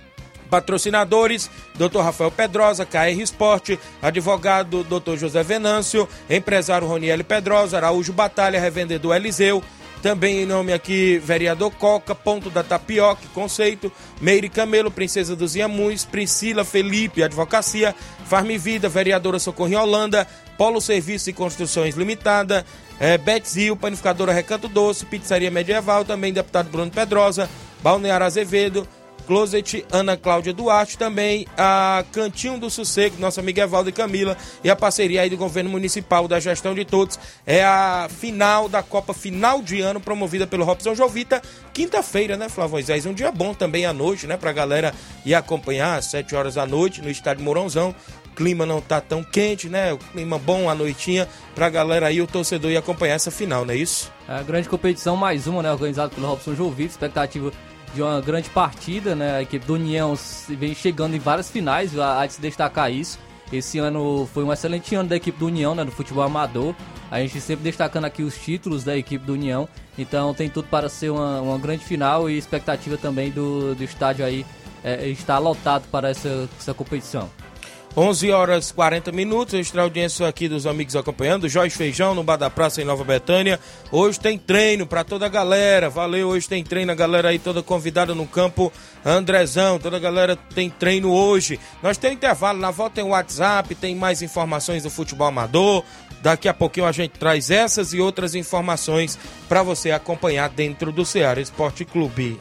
Patrocinadores, doutor Rafael Pedrosa, K R Sport, advogado doutor José Venâncio, empresário Roniel Pedrosa, Araújo Batalha, revendedor Eliseu. Também em nome aqui, vereador Coca, Ponto da Tapioca, Conceito, Meire Camelo, Princesa dos Iamuns, Priscila Felipe, Advocacia, Farm Vida, vereadora Socorro em Holanda, Polo Serviço e Construções Limitada, é, Betzil, Panificadora Recanto Doce, Pizzaria Medieval, também deputado Bruno Pedrosa, Balneário Azevedo, Closet, Ana Cláudia Duarte, também a Cantinho do Sossego, nossa amiga Evaldo e Camila, e a parceria aí do governo municipal, da gestão de todos, é a final da Copa Final de Ano, promovida pelo Robson Jovita, quinta-feira, né, Flávio Moisés? Um dia bom também à noite, né, pra galera ir acompanhar às sete horas da noite no estádio Mourãozão. O clima não tá tão quente, né, o clima bom à noitinha, pra galera aí, o torcedor ir acompanhar essa final, não é isso? A grande competição, mais uma, né, organizada pelo Robson Jovita, expectativa de uma grande partida, né? A equipe do União vem chegando em várias finais, há de se destacar isso. Esse ano foi um excelente ano da equipe do União, né? Do futebol amador. A gente sempre destacando aqui os títulos da equipe do União, então tem tudo para ser uma, uma grande final e expectativa também do, do estádio aí é, estar lotado para essa, essa competição. onze horas e quarenta minutos, extra audiência aqui dos amigos acompanhando, Jorge Feijão no Bar da Praça em Nova Betânia. Hoje tem treino para toda a galera, valeu, hoje tem treino, a galera aí toda convidada no campo Andrezão, toda a galera tem treino hoje. Nós temos intervalo, na volta tem o WhatsApp, tem mais informações do futebol amador, daqui a pouquinho a gente traz essas e outras informações para você acompanhar dentro do Ceará Esporte Clube.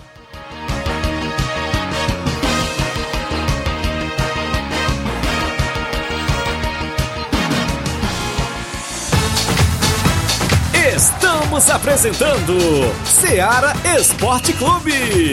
Estamos apresentando Ceará Esporte Clube.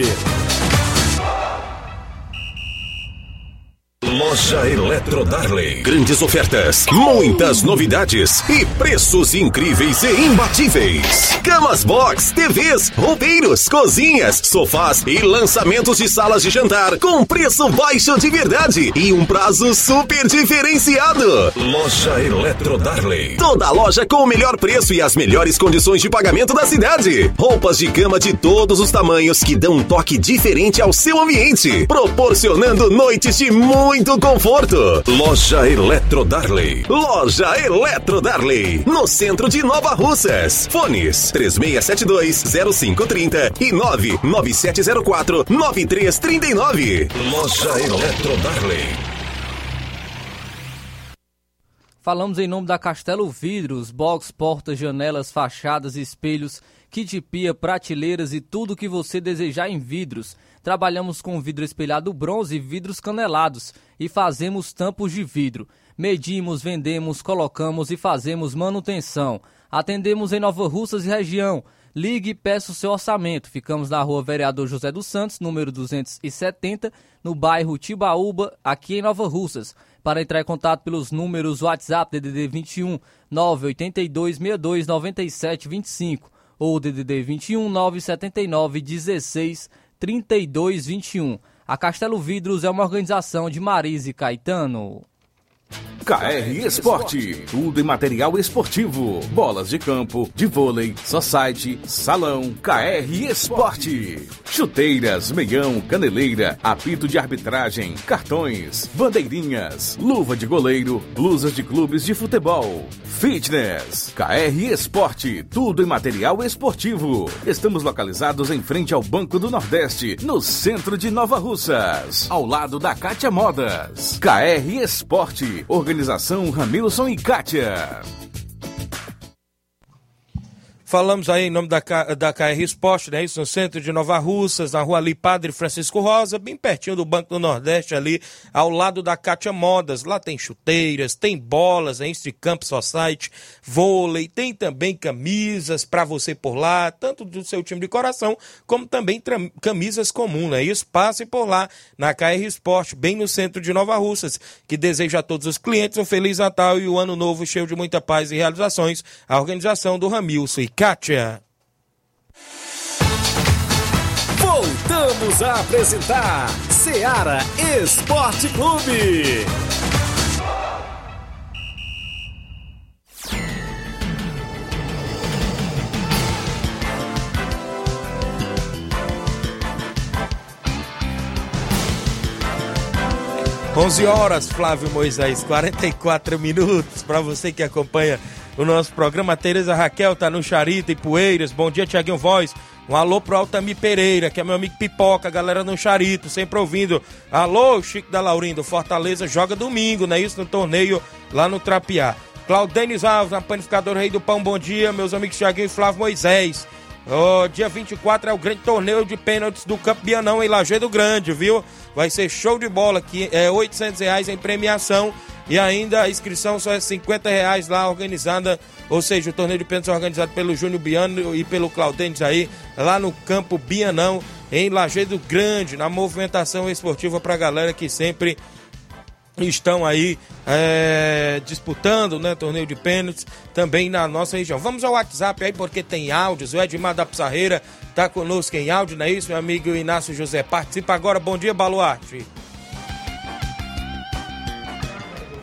Loja Eletro Darley. Grandes ofertas, muitas novidades e preços incríveis e imbatíveis. Camas box, T Vs, roupeiros, cozinhas, sofás e lançamentos de salas de jantar com preço baixo de verdade e um prazo super diferenciado. Loja Eletro Darley. Toda loja com o melhor preço e as melhores condições de pagamento da cidade. Roupas de cama de todos os tamanhos que dão um toque diferente ao seu ambiente, proporcionando noites de muito conforto. Loja Eletro Darley. Loja Eletro Darley. No centro de Nova Russas. Fones três seis sete dois, zero cinco três zero e nove nove sete zero quatro, nove três três nove. Loja Eletro Darley. Falamos em nome da Castelo Vidros, box, portas, janelas, fachadas, espelhos, kit pia, prateleiras e tudo o que você desejar em vidros. Trabalhamos com vidro espelhado bronze e vidros canelados e fazemos tampos de vidro. Medimos, vendemos, colocamos e fazemos manutenção. Atendemos em Nova Russas e região. Ligue e peça o seu orçamento. Ficamos na rua Vereador José dos Santos, número duzentos e setenta, no bairro Tibaúba, aqui em Nova Russas. Para entrar em contato pelos números WhatsApp D D D vinte e um, nove oito dois, seis dois nove sete dois cinco ou D D D vinte e um, nove sete nove, dezesseis, trinta e dois, vinte e um. A Castelo Vidros é uma organização de Marise Caetano. K R Esporte, tudo em material esportivo, bolas de campo, de vôlei, society, salão, K R Esporte, chuteiras, meião, caneleira, apito de arbitragem, cartões, bandeirinhas, luva de goleiro, blusas de clubes de futebol, fitness, K R Esporte, tudo em material esportivo. Estamos localizados em frente ao Banco do Nordeste, no centro de Nova Russas, ao lado da Kátia Modas. K R Esporte, organização Ramilson e Kátia. Falamos aí em nome da, da K R Esporte, né? Isso no centro de Nova Russas, na rua ali Padre Francisco Rosa, bem pertinho do Banco do Nordeste, ali ao lado da Kátia Modas. Lá tem chuteiras, tem bolas, hein? De campo society, vôlei, tem também camisas para você por lá, tanto do seu time de coração, como também tra- camisas comuns, né? Isso, passe por lá na K R Esporte, bem no centro de Nova Russas, que deseja a todos os clientes um Feliz Natal e um Ano Novo cheio de muita paz e realizações. A organização do Ramilson e Kátia. Voltamos a apresentar Ceará Esporte Clube. onze horas, Flávio Moisés, quarenta e quatro minutos, para você que acompanha o nosso programa. Tereza Raquel tá no Charito e Poeiras. Bom dia, Tiaguinho Voz. Um alô pro Altamir Pereira, que é meu amigo Pipoca, galera no Charito, sempre ouvindo. Alô, Chico da Laurindo, Fortaleza joga domingo, não é isso? No torneio lá no Trapiá. Claudenis Alves, na Panificadora Rei do Pão, bom dia, meus amigos Tiaguinho e Flávio Moisés. Oh, dia vinte e quatro é o grande torneio de pênaltis do Campo Bianão em Lajeado Grande, viu? Vai ser show de bola aqui, é oitocentos reais em premiação e ainda a inscrição só é cinquenta reais lá organizada, ou seja, o torneio de pênaltis é organizado pelo Júnior Biano e pelo Claudentes aí, lá no Campo Bianão em Lajeado Grande, na movimentação esportiva pra galera que sempre estão aí é, disputando, né, torneio de pênaltis também na nossa região. Vamos ao WhatsApp aí porque tem áudios. O Edmar da Pissarreira tá conosco em áudio, não é isso? Meu amigo Inácio José participa agora. Bom dia, Baluarte.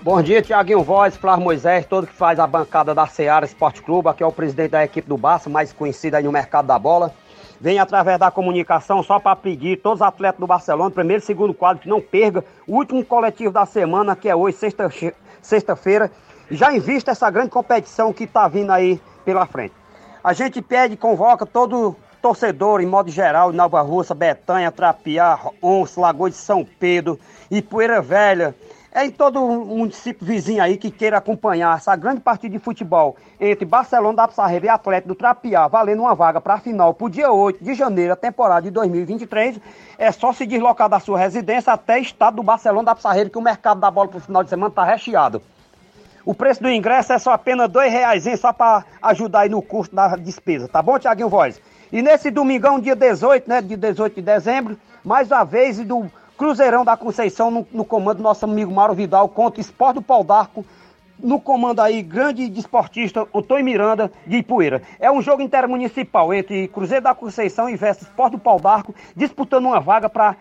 Bom dia, Tiaguinho Voz, Flávio Moisés, todo que faz a bancada da Seara Esporte Clube, aqui é o presidente da equipe do Barça, mais conhecido aí no mercado da bola. Vem através da comunicação só para pedir todos os atletas do Barcelona, primeiro e segundo quadro, que não perca o último coletivo da semana, que é hoje, sexta, sexta-feira. Já invista essa grande competição que está vindo aí pela frente. A gente pede e convoca todo torcedor, em modo geral, Nova Russa, Betanha, Trapiá, Onço, Lagoa de São Pedro, Ipueira Velha, é em todo o município vizinho aí que queira acompanhar essa grande partida de futebol entre Barcelona da Pissarreira e Atlético do Trapiá, valendo uma vaga para a final para o dia oito de janeiro, a temporada de dois mil e vinte e três, é só se deslocar da sua residência até o estado do Barcelona da Pissarreira, que o mercado da bola para o final de semana está recheado. O preço do ingresso é só apenas dois reais, só para ajudar aí no custo da despesa, tá bom, Tiaguinho Voz? E nesse domingão, dia dezoito, né, de dezoito de dezembro, mais uma vez do Cruzeirão da Conceição no, no comando do nosso amigo Mauro Vidal contra o Sport do Pau d'Arco, no comando aí grande desportista Antônio Miranda de Ipueira. É um jogo intermunicipal entre Cruzeiro da Conceição e versus Sport do Pau d'Arco, disputando uma vaga para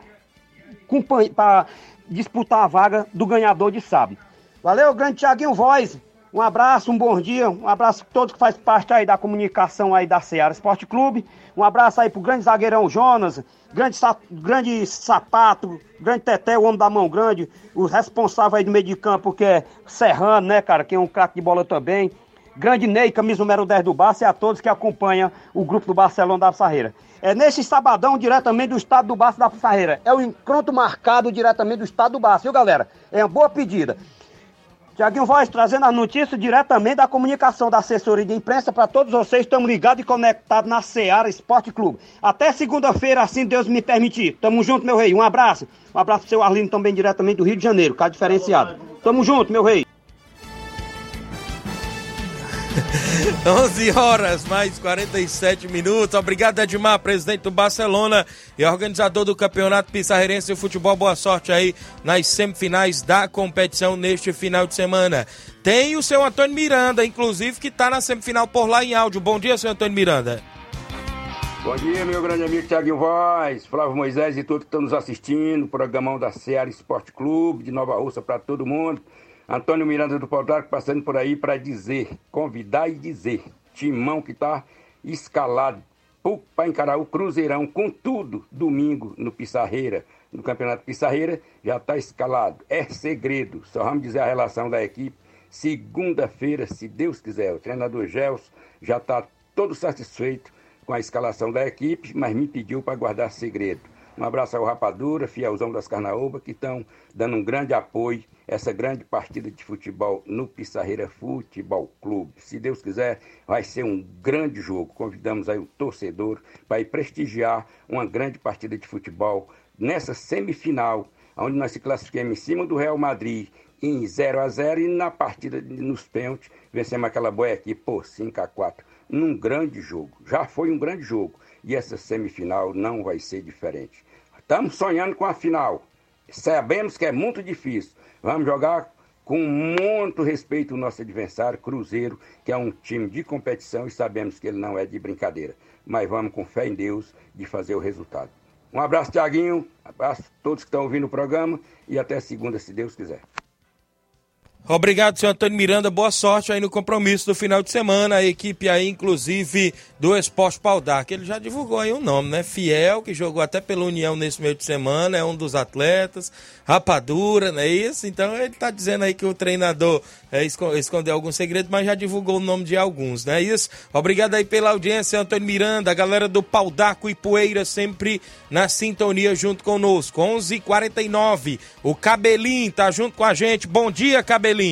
disputar a vaga do ganhador de sábado. Valeu, grande Tiaguinho Voz. Um abraço, um bom dia, um abraço a todos que fazem parte aí da comunicação aí da Seara Esporte Clube. Um abraço aí pro grande zagueirão Jonas, grande, grande Sapato, grande Teté, o homem da mão grande, o responsável aí do meio de campo, que é Serrano, né, cara, que é um craque de bola também. Grande Ney, camisa número dez do Barça, e a todos que acompanham o grupo do Barcelona da Pissarreira. É nesse sabadão, diretamente do estado do Barça da Pissarreira. É o encontro marcado diretamente do estado do Barça, viu, galera? É uma boa pedida. Tiaguinho Voz trazendo as notícias diretamente da comunicação da assessoria de imprensa para todos vocês. Estamos ligados e conectados na Seara Esporte Clube. Até segunda-feira, assim Deus me permitir. Tamo junto, meu rei. Um abraço. Um abraço pro seu Arlindo também, diretamente do Rio de Janeiro, cara diferenciado. Tamo junto, meu rei. onze horas, mais quarenta e sete minutos. Obrigado, Edmar, presidente do Barcelona e organizador do Campeonato Pissarreirense de Futebol. Boa sorte aí nas semifinais da competição neste final de semana. Tem o seu Antônio Miranda, inclusive, que está na semifinal por lá em áudio. Bom dia, seu Antônio Miranda. Bom dia, meu grande amigo Tiaguinho Voz, Flávio Moisés e todos que estão nos assistindo. Programão da Seara Esporte Clube, de Nova Russa para todo mundo. Antônio Miranda do Pau d'Arco passando por aí para dizer, convidar e dizer, timão que está escalado para encarar o Cruzeirão com tudo domingo no Pissarreira, no Campeonato Pissarreira, já está escalado. É segredo, só vamos dizer a relação da equipe. Segunda-feira, se Deus quiser, o treinador Gelson já está todo satisfeito com a escalação da equipe, mas me pediu para guardar segredo. Um abraço ao Rapadura, fielzão das Carnaúbas, que estão dando um grande apoio a essa grande partida de futebol no Pissarreira Futebol Clube. Se Deus quiser, vai ser um grande jogo. Convidamos aí o torcedor para ir prestigiar uma grande partida de futebol nessa semifinal, onde nós se classificamos em cima do Real Madrid em zero a zero e na partida nos pênaltis vencemos aquela boia aqui por cinco a quatro. Num grande jogo. Já foi um grande jogo. E essa semifinal não vai ser diferente. Estamos sonhando com a final. Sabemos que é muito difícil. Vamos jogar com muito respeito ao nosso adversário, Cruzeiro, que é um time de competição e sabemos que ele não é de brincadeira. Mas vamos com fé em Deus de fazer o resultado. Um abraço, Tiaguinho. Abraço a todos que estão ouvindo o programa e até segunda, se Deus quiser. Obrigado, senhor Antônio Miranda, boa sorte aí no compromisso do final de semana, a equipe aí, inclusive, do Esporte Pau d'Arco. Ele já divulgou aí o nome, né? Fiel, que jogou até pela União nesse meio de semana, é um dos atletas, Rapadura, não é isso? Então ele tá dizendo aí que o treinador é, escondeu algum segredo, mas já divulgou o nome de alguns, não é isso? Obrigado aí pela audiência, Antônio Miranda, a galera do Pau d'Arco e Poeira sempre na sintonia junto conosco. onze e quarenta e nove, o Cabelinho tá junto com a gente. Bom dia, Cabelinho.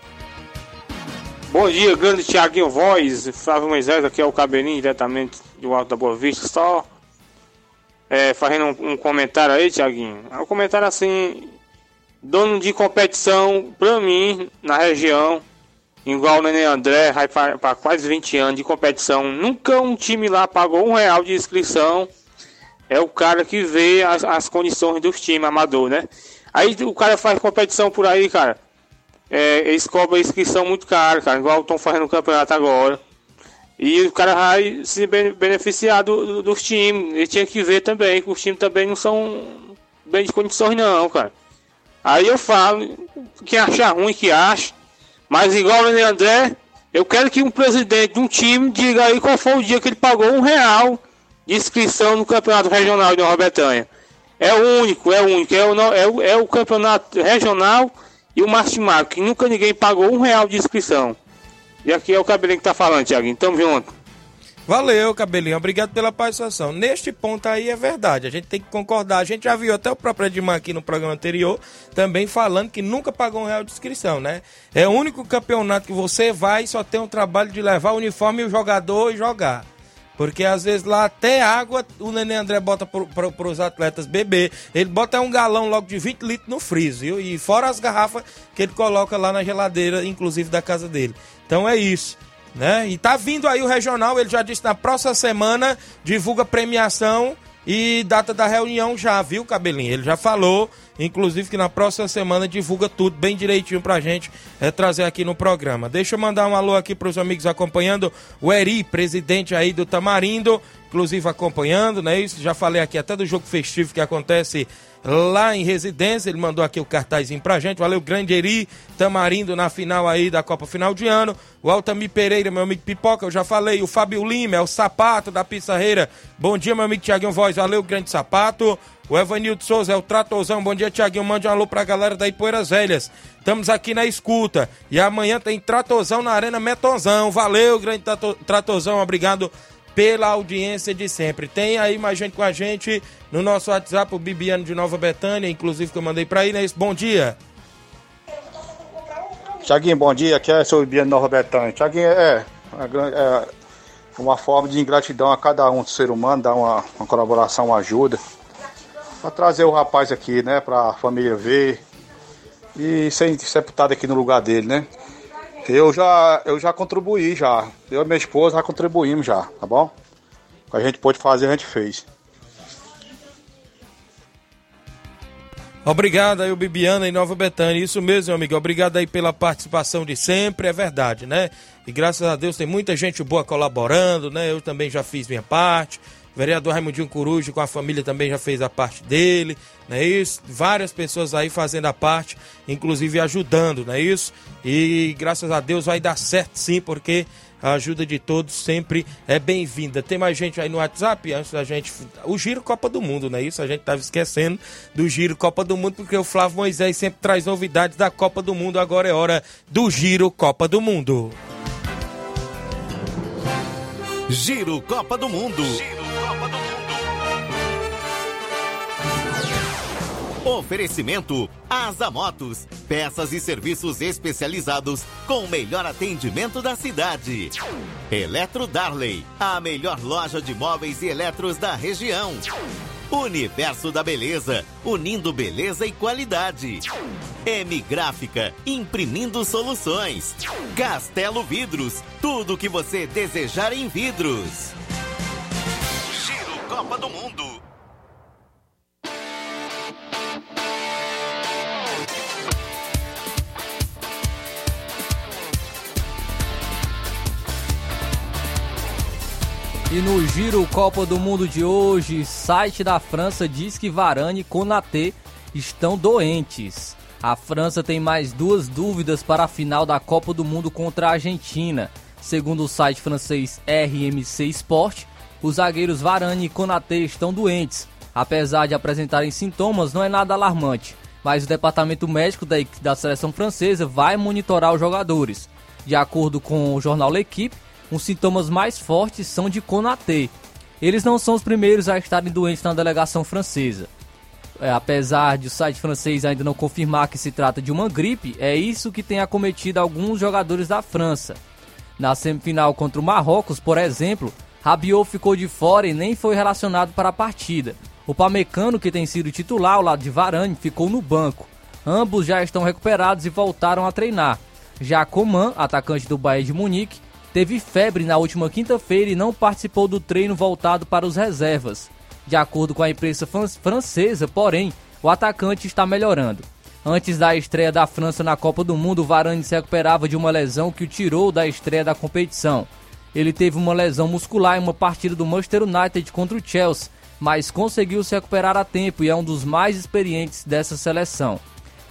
Bom dia, grande Tiaguinho Voz, Flávio Moisés, aqui é o Cabelinho, diretamente do Alto da Boa Vista, só é, fazendo um, um comentário aí, Tiaguinho. É um comentário assim, dono de competição, pra mim, na região, igual o Nenê André, vai para quase vinte anos de competição, nunca um time lá pagou um real de inscrição, é o cara que vê as, as condições dos times amador, né? Aí o cara faz competição por aí, cara. É, eles cobram inscrição muito cara, cara, igual estão fazendo o campeonato agora. E o cara vai se beneficiar do, do, dos times. Ele tinha que ver também, que os times também não são bem de condições não, cara. Aí eu falo, quem achar ruim que acha, mas igual o Nenê André, eu quero que um presidente de um time diga aí qual foi o dia que ele pagou um real de inscrição no Campeonato Regional de Nova Betânia. É o único, é o único, é o, é o, é o Campeonato Regional e o Martimago, que nunca ninguém pagou um real de inscrição. E aqui é o Cabelinho que tá falando, Thiaguinho. Tamo junto. Valeu, Cabelinho. Obrigado pela participação. Neste ponto aí é verdade. A gente tem que concordar. A gente já viu até o próprio Edmar aqui no programa anterior também falando que nunca pagou um real de inscrição, né? É o único campeonato que você vai e só tem o trabalho de levar o uniforme e o jogador e jogar. Porque às vezes lá até água o Nenê André bota para os atletas beber. Ele bota um galão logo de vinte litros no freezer, viu? E fora as garrafas que ele coloca lá na geladeira, inclusive da casa dele. Então é isso, né? E tá vindo aí o regional, ele já disse na próxima semana, divulga premiação e data da reunião já, viu, Cabelinho? Ele já falou, inclusive, que na próxima semana divulga tudo bem direitinho pra gente é, trazer aqui no programa. Deixa eu mandar um alô aqui pros amigos acompanhando, o Eri, presidente aí do Tamarindo, inclusive acompanhando, né? Isso, já falei aqui até do jogo festivo que acontece lá em Residência, ele mandou aqui o cartazinho pra gente, valeu, grande Eri, Tamarindo na final aí da Copa Final de Ano, o Altamir Pereira, meu amigo Pipoca, eu já falei, o Fábio Lima, é o Sapato da Pissarreira, bom dia, meu amigo Thiaguinho Voz, valeu, grande Sapato, o Evanildo Souza, é o Tratorzão, bom dia, Thiaguinho, mande um alô pra galera da Ipueiras Velhas, estamos aqui na escuta, e amanhã tem Tratorzão na Arena Metonzão, valeu, grande Tratorzão, obrigado pela audiência de sempre. Tem aí mais gente com a gente no nosso WhatsApp, o Bibiano de Nova Betânia, inclusive que eu mandei pra aí, né? Bom dia. Thiaguinho, bom dia, aqui é o seu Bibiano de Nova Betânia. Thiaguinho, é, é uma forma de ingratidão a cada um do ser humano, dar uma, uma colaboração, uma ajuda, pra trazer o rapaz aqui, né, pra família ver e ser sepultado aqui no lugar dele, né? Eu já, eu já contribuí já, eu e minha esposa já contribuímos já, tá bom? O que a gente pôde fazer, a gente fez. Obrigado aí o Bibiana em Nova Betânia, isso mesmo, meu amigo, obrigado aí pela participação de sempre, é verdade, né? E graças a Deus tem muita gente boa colaborando, né? Eu também já fiz minha parte. O vereador Raimundinho Coruja com a família também já fez a parte dele, não é isso? Várias pessoas aí fazendo a parte, inclusive ajudando, não é isso? E graças a Deus vai dar certo sim, porque a ajuda de todos sempre é bem-vinda. Tem mais gente aí no WhatsApp? Antes da gente... O Giro Copa do Mundo, não é isso? A gente estava esquecendo do Giro Copa do Mundo, porque o Flávio Moisés sempre traz novidades da Copa do Mundo. Agora é hora do Giro Copa do Mundo. Giro Copa do Mundo. Giro Copa do Mundo. Oferecimento Asa Motos, peças e serviços especializados com o melhor atendimento da cidade. Eletro Darley, a melhor loja de móveis e eletros da região. Universo da Beleza, unindo beleza e qualidade. M Gráfica, imprimindo soluções. Castelo Vidros, tudo o que você desejar em vidros. Giro Copa do Mundo. E no Giro Copa do Mundo de hoje, site da França diz que Varane e Konaté estão doentes. A França tem mais duas dúvidas para a final da Copa do Mundo contra a Argentina. Segundo o site francês R M C Sport, os zagueiros Varane e Konaté estão doentes. Apesar de apresentarem sintomas, não é nada alarmante, mas o departamento médico da, da seleção francesa vai monitorar os jogadores. De acordo com o jornal L'Equipe, os sintomas mais fortes são de Konaté. Eles não são os primeiros a estarem doentes na delegação francesa. É, apesar de o site francês ainda não confirmar que se trata de uma gripe, é isso que tem acometido alguns jogadores da França. Na semifinal contra o Marrocos, por exemplo, Rabiot ficou de fora e nem foi relacionado para a partida. O Pamecano, que tem sido titular ao lado de Varane, ficou no banco. Ambos já estão recuperados e voltaram a treinar. Já Coman, atacante do Bayern de Munique, teve febre na última quinta-feira e não participou do treino voltado para os reservas. De acordo com a imprensa francesa, porém, o atacante está melhorando. Antes da estreia da França na Copa do Mundo, Varane se recuperava de uma lesão que o tirou da estreia da competição. Ele teve uma lesão muscular em uma partida do Manchester United contra o Chelsea, mas conseguiu se recuperar a tempo e é um dos mais experientes dessa seleção.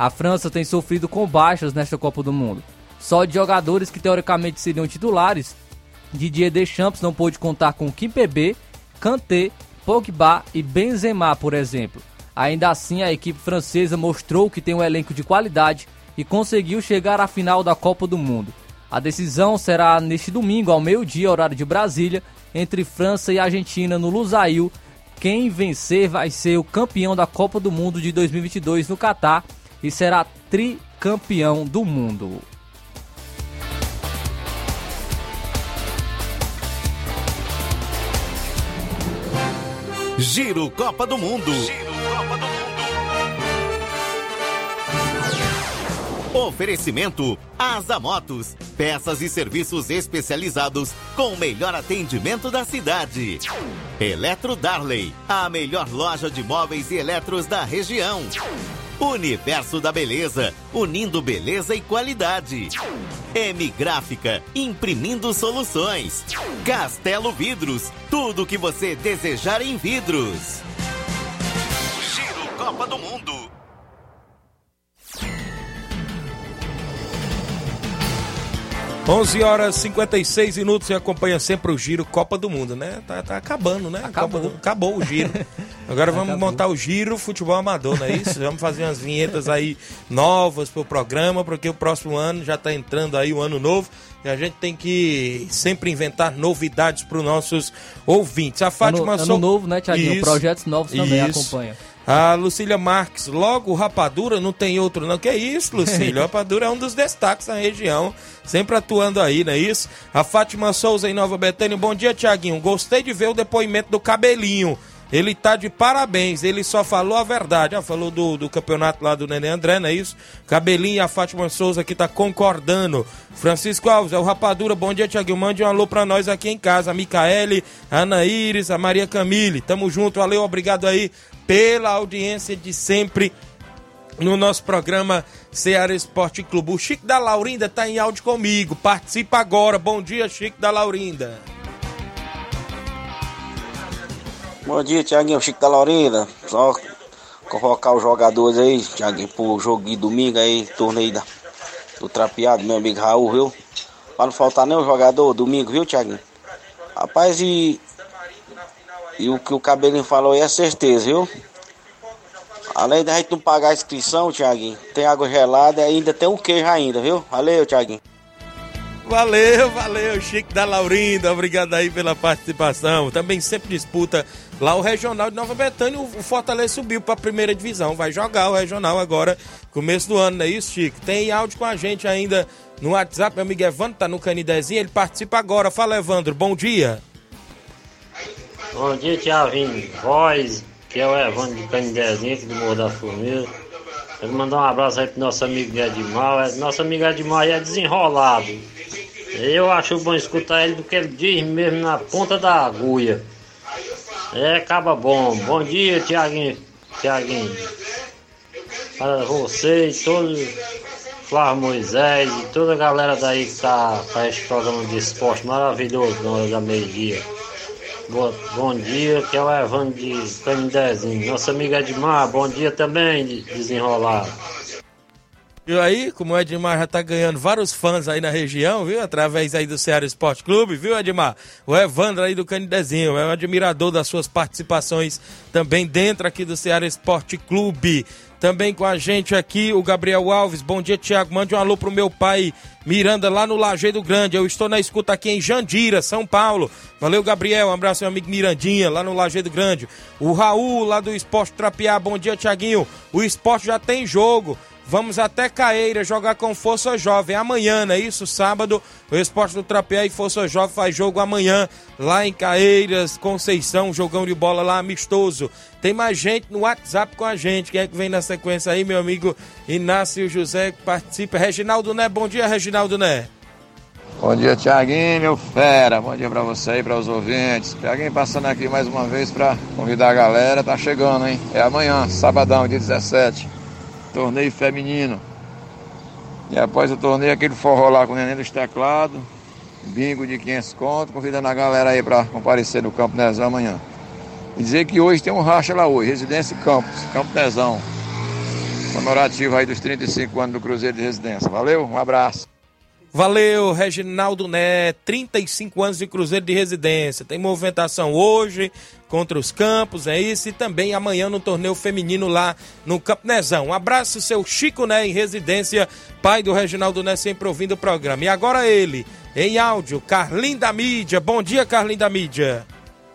A França tem sofrido com baixas nesta Copa do Mundo. Só de jogadores que teoricamente seriam titulares, Didier Deschamps não pôde contar com Kimpembe, Kanté, Pogba e Benzema, por exemplo. Ainda assim, a equipe francesa mostrou que tem um elenco de qualidade e conseguiu chegar à final da Copa do Mundo. A decisão será neste domingo, ao meio-dia, horário de Brasília, entre França e Argentina no Lusail. Quem vencer vai ser o campeão da Copa do Mundo de dois mil e vinte e dois no Catar e será tricampeão do mundo. Giro Copa do Mundo. Giro Copa do Mundo. Oferecimento Asa Motos, peças e serviços especializados com o melhor atendimento da cidade. Eletro Darley, a melhor loja de móveis e eletros da região. Universo da Beleza, unindo beleza e qualidade. M Gráfica, imprimindo soluções. Castelo Vidros, tudo o que você desejar em vidros. Giro Copa do Mundo. onze horas e cinquenta e seis minutos e acompanha sempre o Giro Copa do Mundo, né? Tá, tá acabando, né? Acabou. Do... Acabou o Giro. Agora vamos Acabou. montar o Giro Futebol Amador, não é isso? Vamos fazer umas vinhetas aí novas pro programa, porque o próximo ano já tá entrando aí o ano novo e a gente tem que sempre inventar novidades para os nossos ouvintes. A Fátima Ano, Sou... ano novo, né, Thiaguinho? Isso. Projetos novos também Isso. acompanha. A Lucília Marques, logo o Rapadura, não tem outro não. Que é isso, Lucília? O Rapadura é um dos destaques na região, sempre atuando aí, não é isso? A Fátima Souza em Nova Betânia, bom dia, Thiaguinho. Gostei de ver o depoimento do Cabelinho. Ele tá de parabéns, ele só falou a verdade. Ah, falou do, do campeonato lá do Nenê André, não é isso? Cabelinho e a Fátima Souza aqui tá concordando. Francisco Alves, é o Rapadura, bom dia, Thiaguinho. Mande um alô pra nós aqui em casa. A Micaele, a Ana Iris, a Maria Camille. Tamo junto, valeu, obrigado aí pela audiência de sempre no nosso programa Ceará Esporte Clube. O Chico da Laurinda tá em áudio comigo, participa agora. Bom dia, Chico da Laurinda. Bom dia, Thiaguinho, Chico da Laurinda. Só convocar os jogadores aí, Thiaguinho, pro jogo de domingo aí, torneio da, do Trapeado, meu amigo Raul, viu? Pra não faltar nenhum jogador domingo, viu, Thiaguinho? Rapaz, e... E o que o Cabelinho falou aí é certeza, viu? Além da gente não pagar a inscrição, Thiaguinho, tem água gelada e ainda tem um queijo ainda, viu? Valeu, Thiaguinho. Valeu, valeu, Chico da Laurinda, obrigado aí pela participação. Também sempre disputa lá o Regional de Nova Betânia, o Fortaleza subiu para a primeira divisão, vai jogar o Regional agora, começo do ano, não é isso, Chico? Tem áudio com a gente ainda no WhatsApp, meu amigo Evandro tá no Canidezinho, ele participa agora. Fala, Evandro, bom dia. Bom dia, Thiaguinho, voz, que é o Evandro de Canidezinho, aqui do Morro da Formiga. Quero mandar um abraço aí pro nosso amigo Edmar. Nosso amigo Edmar é desenrolado. Eu acho bom escutar ele do que ele diz mesmo na ponta da agulha. É, acaba bom. Bom dia, Thiaguinho. Thiaguinho. Para você e todo Flávio Moisés e toda a galera daí que tá para esse programa de esporte maravilhoso na hora da meio-dia. Boa, bom dia, que é o Evandro de Canidezinho. Nosso amigo Edmar, bom dia também, de desenrolar. E aí, como o Edmar já tá ganhando vários fãs aí na região, viu? Através aí do Ceará Esporte Clube, viu, Edmar? O Evandro aí do Canidezinho, é um admirador das suas participações também dentro aqui do Ceará Esporte Clube. Também com a gente aqui o Gabriel Alves. Bom dia, Thiago. Mande um alô pro meu pai Miranda lá no Lajeado Grande. Eu estou na escuta aqui em Jandira, São Paulo. Valeu, Gabriel. Um abraço, meu amigo Mirandinha, lá no Lajeado Grande. O Raul, lá do Esporte Trapear. Bom dia, Thiaguinho. O esporte já tem jogo. Vamos até Caeira jogar com Força Jovem amanhã, não é isso? Sábado, o Esporte do Trapear e Força Jovem faz jogo amanhã lá em Caeiras, Conceição, jogão de bola lá amistoso. Tem mais gente no WhatsApp com a gente. Quem é que vem na sequência aí, meu amigo Inácio José, que participa. Reginaldo Né, bom dia, Reginaldo Né. Bom dia, Thiaguinho, meu fera. Bom dia pra você e para os ouvintes. Thiaguinho passando aqui mais uma vez pra convidar a galera. Tá chegando, hein? É amanhã, sabadão, dia dezessete. Torneio feminino. E após o torneio, aquele forró lá com o neném dos teclados, bingo de quinhentos conto, convidando a galera aí pra comparecer no Campo Nezão amanhã. E dizer que hoje tem um racha lá hoje, Residência Campos, Campo Nezão. comemorativo aí dos trinta e cinco anos do Cruzeiro de Residência. Valeu, um abraço. Valeu, Reginaldo Né, trinta e cinco anos de Cruzeiro de Residência. Tem movimentação hoje contra os Campos, é isso, e também amanhã no torneio feminino lá no Campo Nezão. Um abraço, seu Chico Né, em Residência, pai do Reginaldo Né, sempre ouvindo o programa. E agora ele, em áudio, Carlinho da Mídia. Bom dia, Carlinho da Mídia.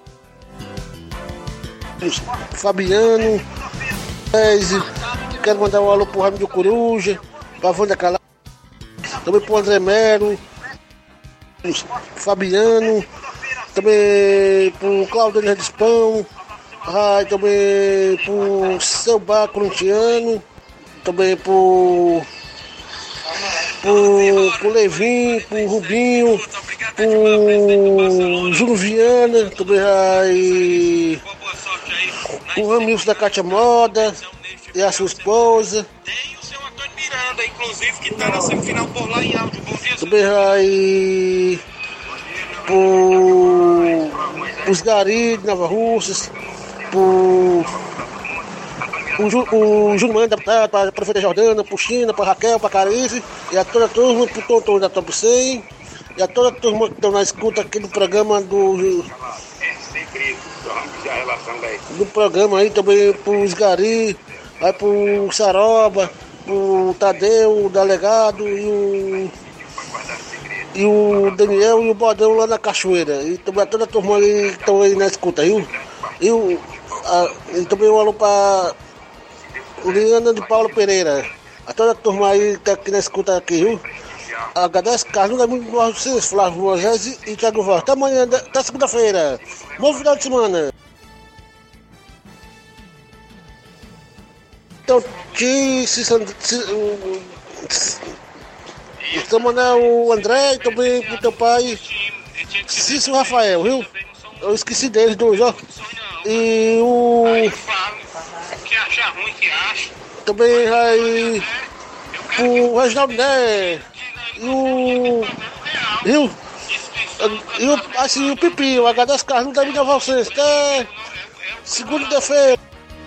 Fabiano, quero mandar um alô pro Ramo de Coruja, pra Wanda Calá, também pro André Melo, Fabiano, também pro Claudio de Dispão, ah, também pro Seu Bar Corintiano, também pro, pro, pro Levin, pro Rubinho, pro Júlio Viana, também aí, o Ramilson da Cátia Moda e a sua esposa. Tem o seu Antônio Miranda, inclusive, que tá na semifinal por lá em áudio. Bom dia, também aí pro, os Gari de Nova Russas, pro o, Ju, o Júnior deputado, para a prefeita Jordana, pro China, para Raquel, para Carice, e a toda a turma, pro Tonton da Top cem, e a toda a turma que estão na escuta aqui do programa do. Do programa aí também pros Gari, aí pro Saroba, pro Tadeu, o delegado e o, e o Daniel e o Bodão lá na Cachoeira. E também toda a turma aí que estão aí na escuta, viu? E, o, a, e também um alô pra Liana de Paulo Pereira. A toda a turma aí que tá aqui na escuta aqui, viu? Agradece Carlos, é muito bom vocês, Flávio Moisés e Thiago Vaz. Até amanhã, até segunda-feira. Bom final de semana. Então, que se, se, então, mandar o André e também pro teu pai, Cícero Rafael, viu? Eu esqueci deles dois, ó. E o. Também aí. O Reginaldo Né. E o. Viu? E o, assim, o Pipi, o H dez Carlos da Mídia vocês. Até segunda-feira.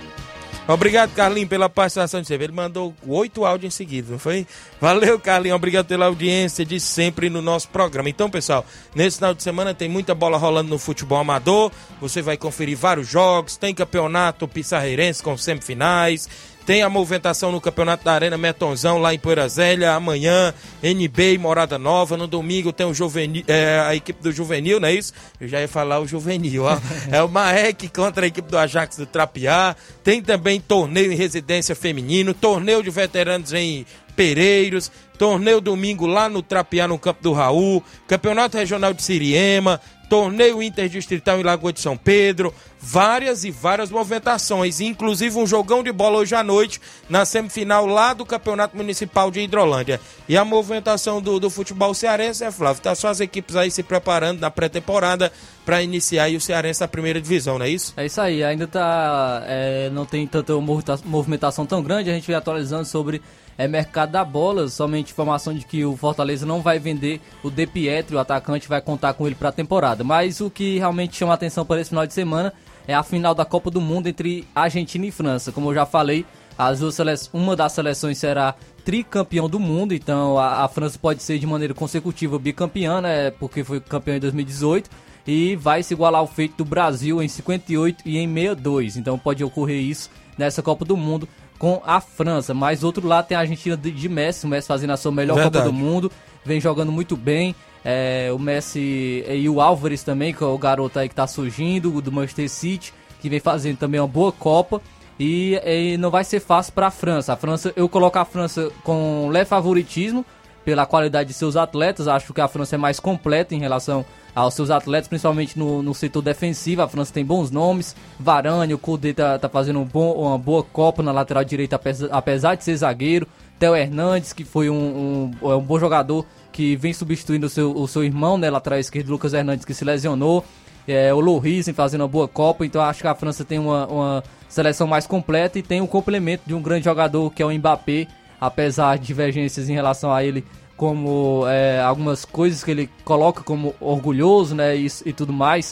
Obrigado, Carlinhos, pela participação de você. Ele mandou oito áudios em seguida, não foi? Valeu, Carlinhos. Obrigado pela audiência de sempre no nosso programa. Então, pessoal, nesse final de semana tem muita bola rolando no futebol amador. Você vai conferir vários jogos. Tem campeonato pissarreirense com semifinais. Tem a movimentação no Campeonato da Arena Metonzão lá em Poeira Zélia, amanhã, N B e Morada Nova. No domingo tem o juvenil, é, a equipe do Juvenil, não é isso? Eu já ia falar o Juvenil, ó. É o Maek contra a equipe do Ajax do Trapiá. Tem também torneio em residência feminino, torneio de veteranos em Pereiros, torneio domingo lá no Trapiá, no Campo do Raul, Campeonato Regional de Siriema, torneio interdistrital em Lagoa de São Pedro, várias e várias movimentações, inclusive um jogão de bola hoje à noite na semifinal lá do Campeonato Municipal de Hidrolândia. E a movimentação do, do futebol cearense, é, Flávio, tá só as equipes aí se preparando na pré-temporada para iniciar aí o Cearense na primeira divisão, não é isso? É isso aí, ainda tá, é, não tem tanta movimentação tão grande, a gente vem atualizando sobre é mercado da bola, somente informação de que o Fortaleza não vai vender o De Pietri, o atacante vai contar com ele para a temporada. Mas o que realmente chama a atenção para esse final de semana é a final da Copa do Mundo entre Argentina e França. Como eu já falei, as duas sele... uma das seleções será tricampeão do mundo, então a, a França pode ser de maneira consecutiva bicampeã, né, porque foi campeão em dois mil e dezoito, e vai se igualar ao feito do Brasil em cinquenta e oito e em sessenta e dois, então pode ocorrer isso nessa Copa do Mundo com a França. Mas outro lado tem a Argentina de, de Messi, o Messi fazendo a sua melhor Verdade. Copa do Mundo, vem jogando muito bem, é, o Messi e o Álvares também, que é o garoto aí que tá surgindo, do Manchester City, que vem fazendo também uma boa Copa, e, e não vai ser fácil para a França. A França, eu coloco a França com leve favoritismo pela qualidade de seus atletas, acho que a França é mais completa em relação aos seus atletas, principalmente no, no setor defensivo. A França tem bons nomes, Varane, o Koundé tá, tá fazendo um bom, uma boa Copa na lateral direita, apesar, apesar de ser zagueiro, Theo Hernandes, que foi um, um, um bom jogador, que vem substituindo o seu, o seu irmão, né, lateral esquerdo, Lucas Hernandes, que se lesionou, é, o Lloris fazendo uma boa Copa. Então acho que a França tem uma, uma seleção mais completa e tem um complemento de um grande jogador que é o Mbappé, apesar de divergências em relação a ele, como é, algumas coisas que ele coloca como orgulhoso, né, e, e tudo mais.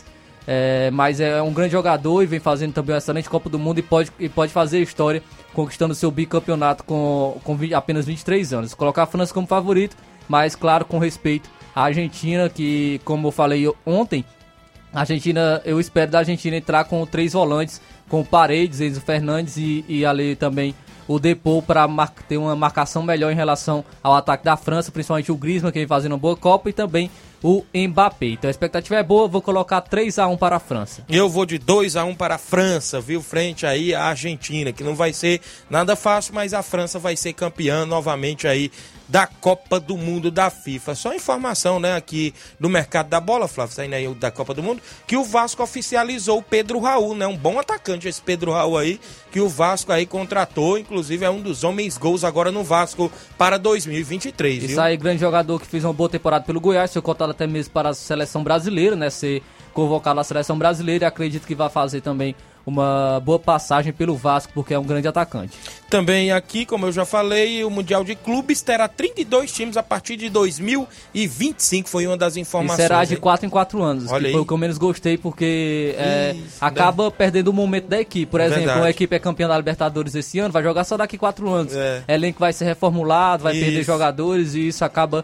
É, mas é um grande jogador e vem fazendo também uma excelente Copa do Mundo e pode, e pode fazer história conquistando seu bicampeonato com, com apenas vinte e três anos. Colocar a França como favorito, mas claro, com respeito à Argentina, que como eu falei ontem, a Argentina, eu espero da Argentina entrar com três volantes, com Paredes, Enzo Fernandes e, e ali também o Depou, para ter uma marcação melhor em relação ao ataque da França, principalmente o Griezmann, que vem fazendo uma boa Copa, e também o Mbappé. Então a expectativa é boa, vou colocar três a um para a França. Eu vou de dois a um para a França, viu? Frente aí à Argentina, que não vai ser nada fácil, mas a França vai ser campeã novamente aí da Copa do Mundo da FIFA. Só informação, né, aqui do mercado da bola, Flávio, saindo aí da Copa do Mundo, que o Vasco oficializou o Pedro Raul, né? Um bom atacante esse Pedro Raul aí, que o Vasco aí contratou, inclusive é um dos homens gols agora no Vasco para dois mil e vinte e três, viu? Isso aí, grande jogador que fez uma boa temporada pelo Goiás, foi cotado até mesmo para a seleção brasileira, né? Ser convocado na seleção brasileira, e acredito que vai fazer também uma boa passagem pelo Vasco, porque é um grande atacante. Também aqui, como eu já falei, o Mundial de Clubes terá trinta e dois times a partir de dois mil e vinte e cinco, foi uma das informações. E será de quatro em quatro anos, Olha que aí. foi o que eu menos gostei, porque é, Isso, acaba né? perdendo o momento da equipe. Por É exemplo, verdade. uma equipe é campeã da Libertadores esse ano, vai jogar só daqui quatro anos. É. Elenco vai ser reformulado, vai Isso. perder jogadores, e isso acaba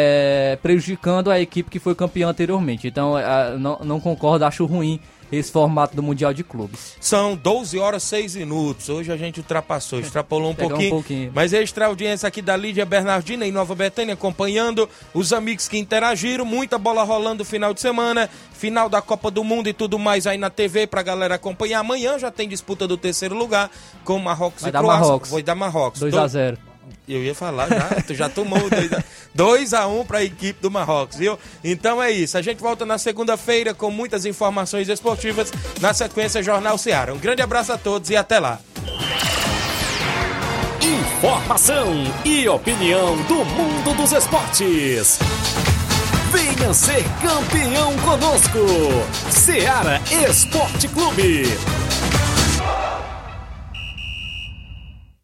é, prejudicando a equipe que foi campeã anteriormente. Então, é, não, não concordo, acho ruim esse formato do Mundial de Clubes. São doze horas e seis minutos. Hoje a gente ultrapassou, extrapolou um Pegar um pouquinho, pouquinho. Mas extra audiência aqui da Lídia Bernardina em Nova Betânia, acompanhando os amigos que interagiram. Muita bola rolando no final de semana. Final da Copa do Mundo e tudo mais aí na T V pra galera acompanhar. Amanhã já tem disputa do terceiro lugar com Marrocos Vai e dar Croácia. Marrocos. Vai dar Marrocos. dois a zero. Eu ia falar já, tu já tomou dois a um para a equipe do Marrocos, viu? Então é isso, a gente volta na segunda-feira com muitas informações esportivas, na sequência Jornal Ceará. Um grande abraço a todos e até lá. Informação e opinião do mundo dos esportes. Venha ser campeão conosco, Ceará Esporte Clube.